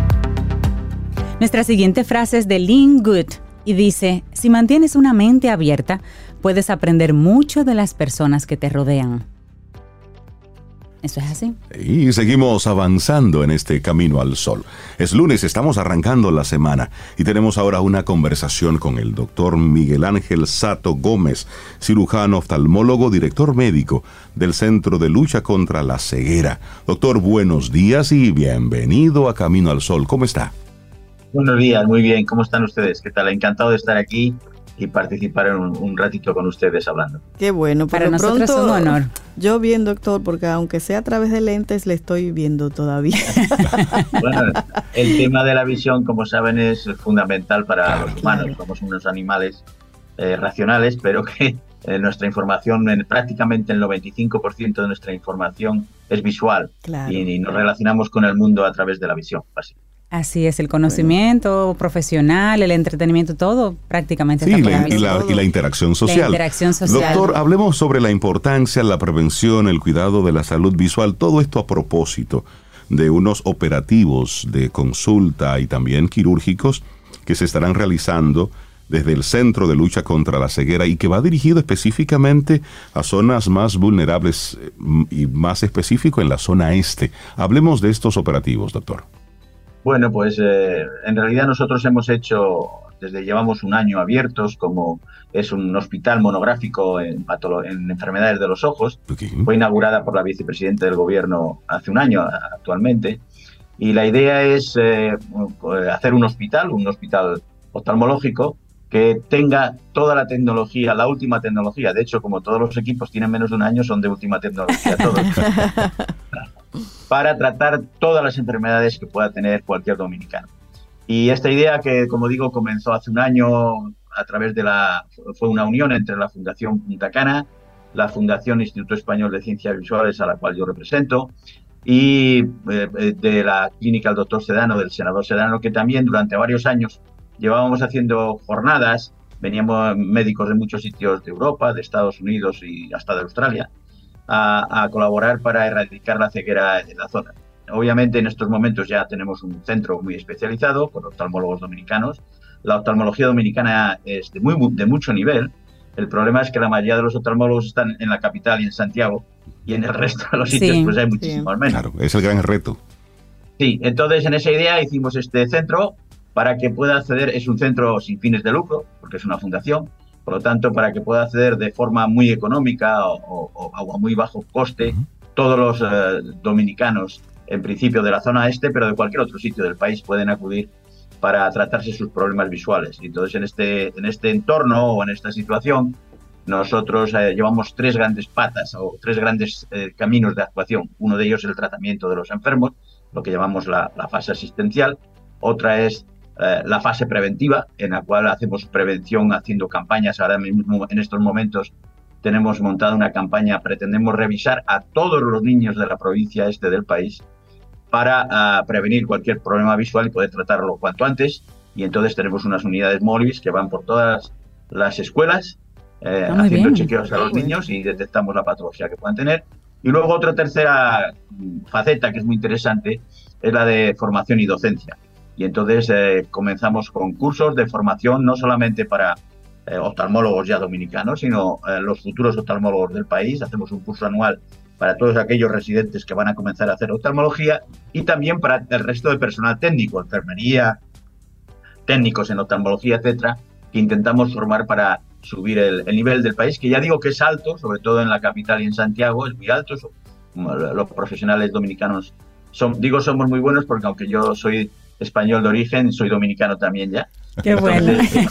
Nuestra siguiente frase es de Lynn Good y dice, si mantienes una mente abierta, puedes aprender mucho de las personas que te rodean. Eso es así. Y seguimos avanzando en este Camino al Sol. Es lunes, estamos arrancando la semana y tenemos ahora una conversación con el doctor Miguel Ángel Sato Gómez, cirujano oftalmólogo, director médico del Centro de Lucha contra la Ceguera. Doctor, buenos días y bienvenido a Camino al Sol. ¿Cómo está? Buenos días, muy bien. ¿Cómo están ustedes? ¿Qué tal? Encantado de estar aquí y participar en un ratito con ustedes hablando. Qué bueno. Para nosotros es un honor. Yo bien, doctor, porque aunque sea a través de lentes, le estoy viendo todavía. Bueno, el tema de la visión, como saben, es fundamental para los humanos. Claro. Somos unos animales racionales, pero que nuestra información, prácticamente el 95% de nuestra información es visual. Claro. Y nos relacionamos con el mundo a través de la visión, básicamente. Así es, el conocimiento profesional, el entretenimiento, todo prácticamente sí, está y la interacción social. La interacción social. Doctor, hablemos sobre la importancia, la prevención, el cuidado de la salud visual, todo esto a propósito de unos operativos de consulta y también quirúrgicos que se estarán realizando desde el Centro de Lucha contra la Ceguera y que va dirigido específicamente a zonas más vulnerables y más específico en la zona este. Hablemos de estos operativos, doctor. Bueno, pues en realidad nosotros llevamos un año abiertos, como es un hospital monográfico en enfermedades de los ojos. Okay. Fue inaugurada por la vicepresidenta del gobierno hace un año actualmente. Y la idea es hacer un hospital oftalmológico que tenga toda la tecnología, la última tecnología. De hecho, como todos los equipos tienen menos de un año, son de última tecnología todos. Para tratar todas las enfermedades que pueda tener cualquier dominicano. Y esta idea que, como digo, comenzó hace un año a través fue una unión entre la Fundación Punta Cana, la Fundación Instituto Español de Ciencias Visuales, a la cual yo represento, y de la clínica del doctor Sedano, del senador Sedano, que también durante varios años llevábamos haciendo jornadas, veníamos médicos de muchos sitios de Europa, de Estados Unidos y hasta de Australia, a colaborar para erradicar la ceguera en la zona. Obviamente en estos momentos ya tenemos un centro muy especializado con oftalmólogos dominicanos. La oftalmología dominicana es de mucho nivel. El problema es que la mayoría de los oftalmólogos están en la capital y en Santiago, y en el resto de los sitios pues hay muchísimos menos. Claro, es el gran reto. Sí, entonces en esa idea hicimos este centro para que pueda acceder. Es un centro sin fines de lucro, porque es una fundación. Por lo tanto, para que pueda acceder de forma muy económica o a muy bajo coste todos los dominicanos, en principio de la zona este, pero de cualquier otro sitio del país, pueden acudir para tratarse sus problemas visuales. Y entonces en este entorno o en esta situación, nosotros llevamos tres grandes patas o tres grandes caminos de actuación. Uno de ellos es el tratamiento de los enfermos, lo que llamamos la fase asistencial. Otra es la fase preventiva, en la cual hacemos prevención haciendo campañas. Ahora mismo, en estos momentos, tenemos montada una campaña, pretendemos revisar a todos los niños de la provincia este del país para prevenir cualquier problema visual y poder tratarlo cuanto antes. Y entonces tenemos unas unidades móviles que van por todas las escuelas haciendo chequeos a los niños y detectamos la patología que puedan tener. Y luego otra tercera faceta que es muy interesante es la de formación y docencia. Y entonces comenzamos con cursos de formación no solamente para oftalmólogos ya dominicanos, sino los futuros oftalmólogos del país. Hacemos un curso anual para todos aquellos residentes que van a comenzar a hacer oftalmología y también para el resto de personal técnico, enfermería, técnicos en oftalmología, etcétera, que intentamos formar para subir el nivel del país, que ya digo que es alto, sobre todo en la capital y en Santiago, es muy alto. Los profesionales dominicanos somos muy buenos, porque aunque yo soy español de origen, soy dominicano también ya. Qué bueno.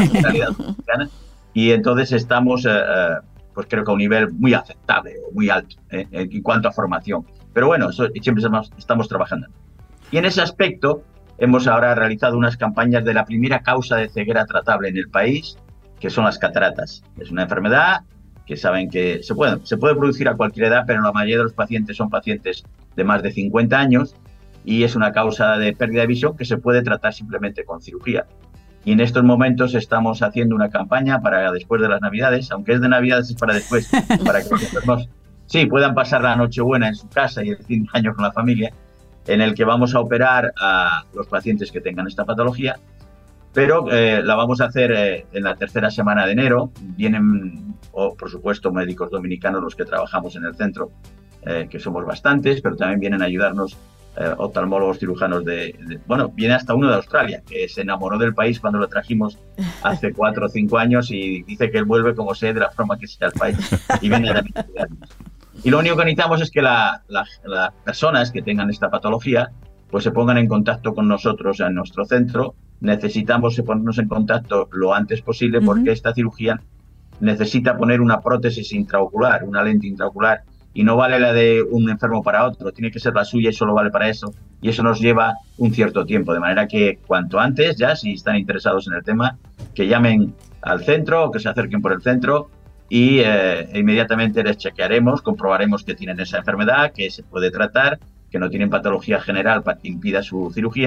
Y entonces estamos, pues creo que a un nivel muy aceptable, muy alto en cuanto a formación. Pero bueno, siempre estamos trabajando. Y en ese aspecto hemos ahora realizado unas campañas de la primera causa de ceguera tratable en el país, que son las cataratas. Es una enfermedad que saben que se puede producir a cualquier edad, pero la mayoría de los pacientes son pacientes de más de 50 años, y es una causa de pérdida de visión que se puede tratar simplemente con cirugía. Y en estos momentos estamos haciendo una campaña para después de las Navidades, aunque es de Navidades, es para después, para que los enfermos puedan pasar la Nochebuena en su casa y el fin de año con la familia, en el que vamos a operar a los pacientes que tengan esta patología, pero la vamos a hacer en la tercera semana de enero. Vienen, por supuesto, médicos dominicanos los que trabajamos en el centro, que somos bastantes, pero también vienen a ayudarnos oftalmólogos, cirujanos viene hasta uno de Australia, que se enamoró del país cuando lo trajimos hace 4 o 5 años y dice que él vuelve como sea de la forma que sea el país y viene a ayudarnos. Y lo único que necesitamos es que las personas que tengan esta patología pues se pongan en contacto con nosotros en nuestro centro. Necesitamos ponernos en contacto lo antes posible, porque esta cirugía necesita poner una prótesis intraocular, una lente intraocular, y no vale la de un enfermo para otro, tiene que ser la suya y solo vale para eso, y eso nos lleva un cierto tiempo, de manera que cuanto antes, ya si están interesados en el tema, que llamen al centro o que se acerquen por el centro y inmediatamente les chequearemos, comprobaremos que tienen esa enfermedad, que se puede tratar, que no tienen patología general para que impida su cirugía,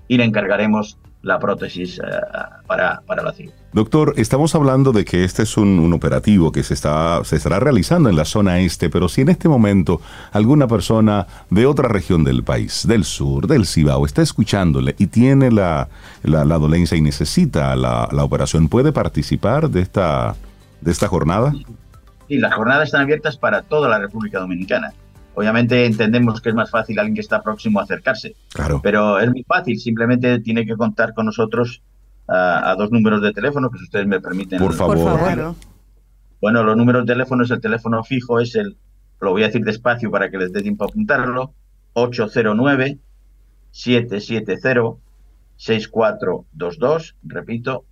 y le encargaremos la prótesis para la cirugía. Doctor, estamos hablando de que este es un operativo que se estará realizando en la zona este, pero si en este momento alguna persona de otra región del país, del sur, del Cibao, está escuchándole y tiene la dolencia y necesita la operación, ¿puede participar de esta jornada? Sí, las jornadas están abiertas para toda la República Dominicana. Obviamente entendemos que es más fácil alguien que está próximo a acercarse, claro, pero es muy fácil, simplemente tiene que contar con nosotros a 2 números de teléfono, que si ustedes me permiten. Por favor. Bueno, los números de teléfono es el teléfono fijo, lo voy a decir despacio para que les dé tiempo a apuntarlo, 809-770-6422, repito,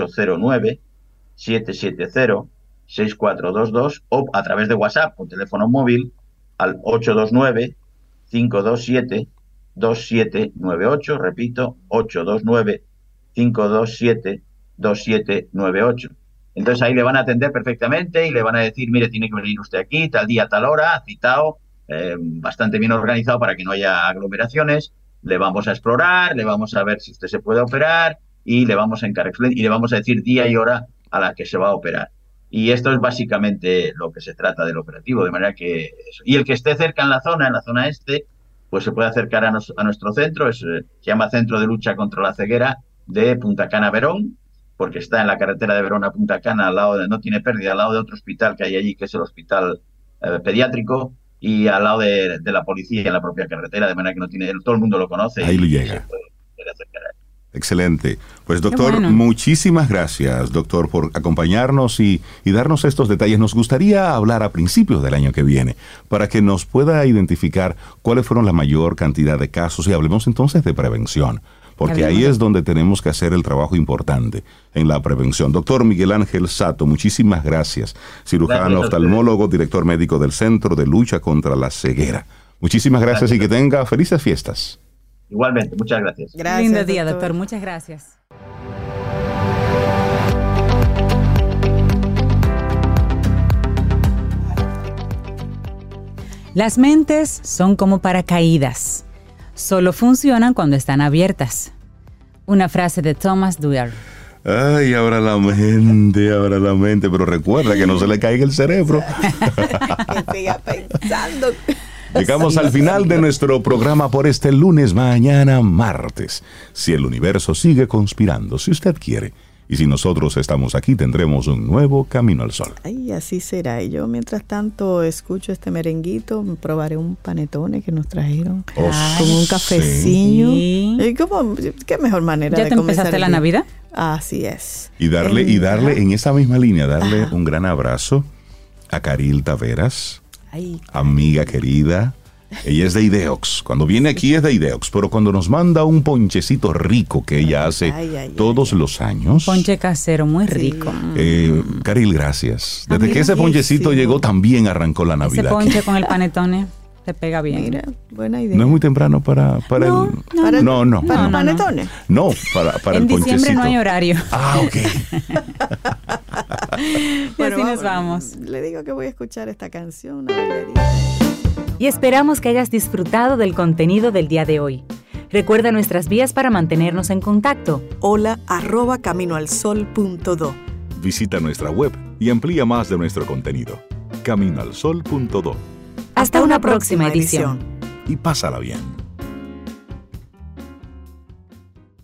809-770-6422, o a través de WhatsApp o teléfono móvil al 829-527-2798, repito, 829-527-2798. Entonces ahí le van a atender perfectamente y le van a decir, mire, tiene que venir usted aquí, tal día, tal hora, citado, bastante bien organizado para que no haya aglomeraciones. Le vamos a explorar, le vamos a ver si usted se puede operar y le vamos a encargar y le vamos a decir día y hora a la que se va a operar. Y esto es básicamente lo que se trata del operativo, de manera que eso. Y el que esté cerca en la zona este, pues se puede acercar a nuestro centro, se llama Centro de Lucha contra la Ceguera de Punta Cana Verón, porque está en la carretera de Verón a Punta Cana, no tiene pérdida, al lado de otro hospital que hay allí, que es el hospital pediátrico, y al lado de la policía en la propia carretera, de manera que todo el mundo lo conoce. Ahí y le llega. Se puede acercar a él. Excelente. Pues doctor, muchísimas gracias, doctor, por acompañarnos y darnos estos detalles. Nos gustaría hablar a principios del año que viene para que nos pueda identificar cuáles fueron la mayor cantidad de casos y hablemos entonces de prevención, porque ahí es donde tenemos que hacer el trabajo importante en la prevención. Doctor Miguel Ángel Sato, muchísimas gracias. Cirujano, oftalmólogo, director médico del Centro de Lucha contra la Ceguera. Muchísimas gracias y que tenga felices fiestas. Igualmente, muchas gracias. Lindo día, doctor. Muchas gracias. Las mentes son como paracaídas. Solo funcionan cuando están abiertas. Una frase de Thomas Dewar. Ay, abra la mente, pero recuerda que no se le caiga el cerebro. Que siga pensando. Llegamos al final de nuestro programa por este lunes, mañana martes. Si el universo sigue conspirando, si usted quiere, y si nosotros estamos aquí, tendremos un nuevo Camino al Sol. Ay, así será. Y yo, mientras tanto, escucho este merenguito, probaré un panetone que nos trajeron. Con un cafecillo. Sí. Y qué mejor manera de comenzar. ¿Ya te empezaste la Navidad? Así es. Y darle en esa misma línea, darle un gran abrazo a Caril Taveras. Ay, amiga querida, ella es de Ideox. Cuando viene aquí es de Ideox, pero cuando nos manda un ponchecito rico que ella hace todos los años. Ponche casero, muy rico. Caril, gracias. Desde que ese ponchecito llegó, también arrancó la Navidad. Ese ponche con el panetone te pega bien. Mira, buena idea. No es muy temprano para el panetone. No, para el ponchecito. En diciembre no hay horario. Ok. Y así nos vamos. Le digo que voy a escuchar esta canción, una bailarina. Y esperamos que hayas disfrutado del contenido del día de hoy. Recuerda nuestras vías para mantenernos en contacto. hola@caminoalsol.do. Visita nuestra web y amplía más de nuestro contenido. caminoalsol.do. Hasta una próxima edición. Y pásala bien.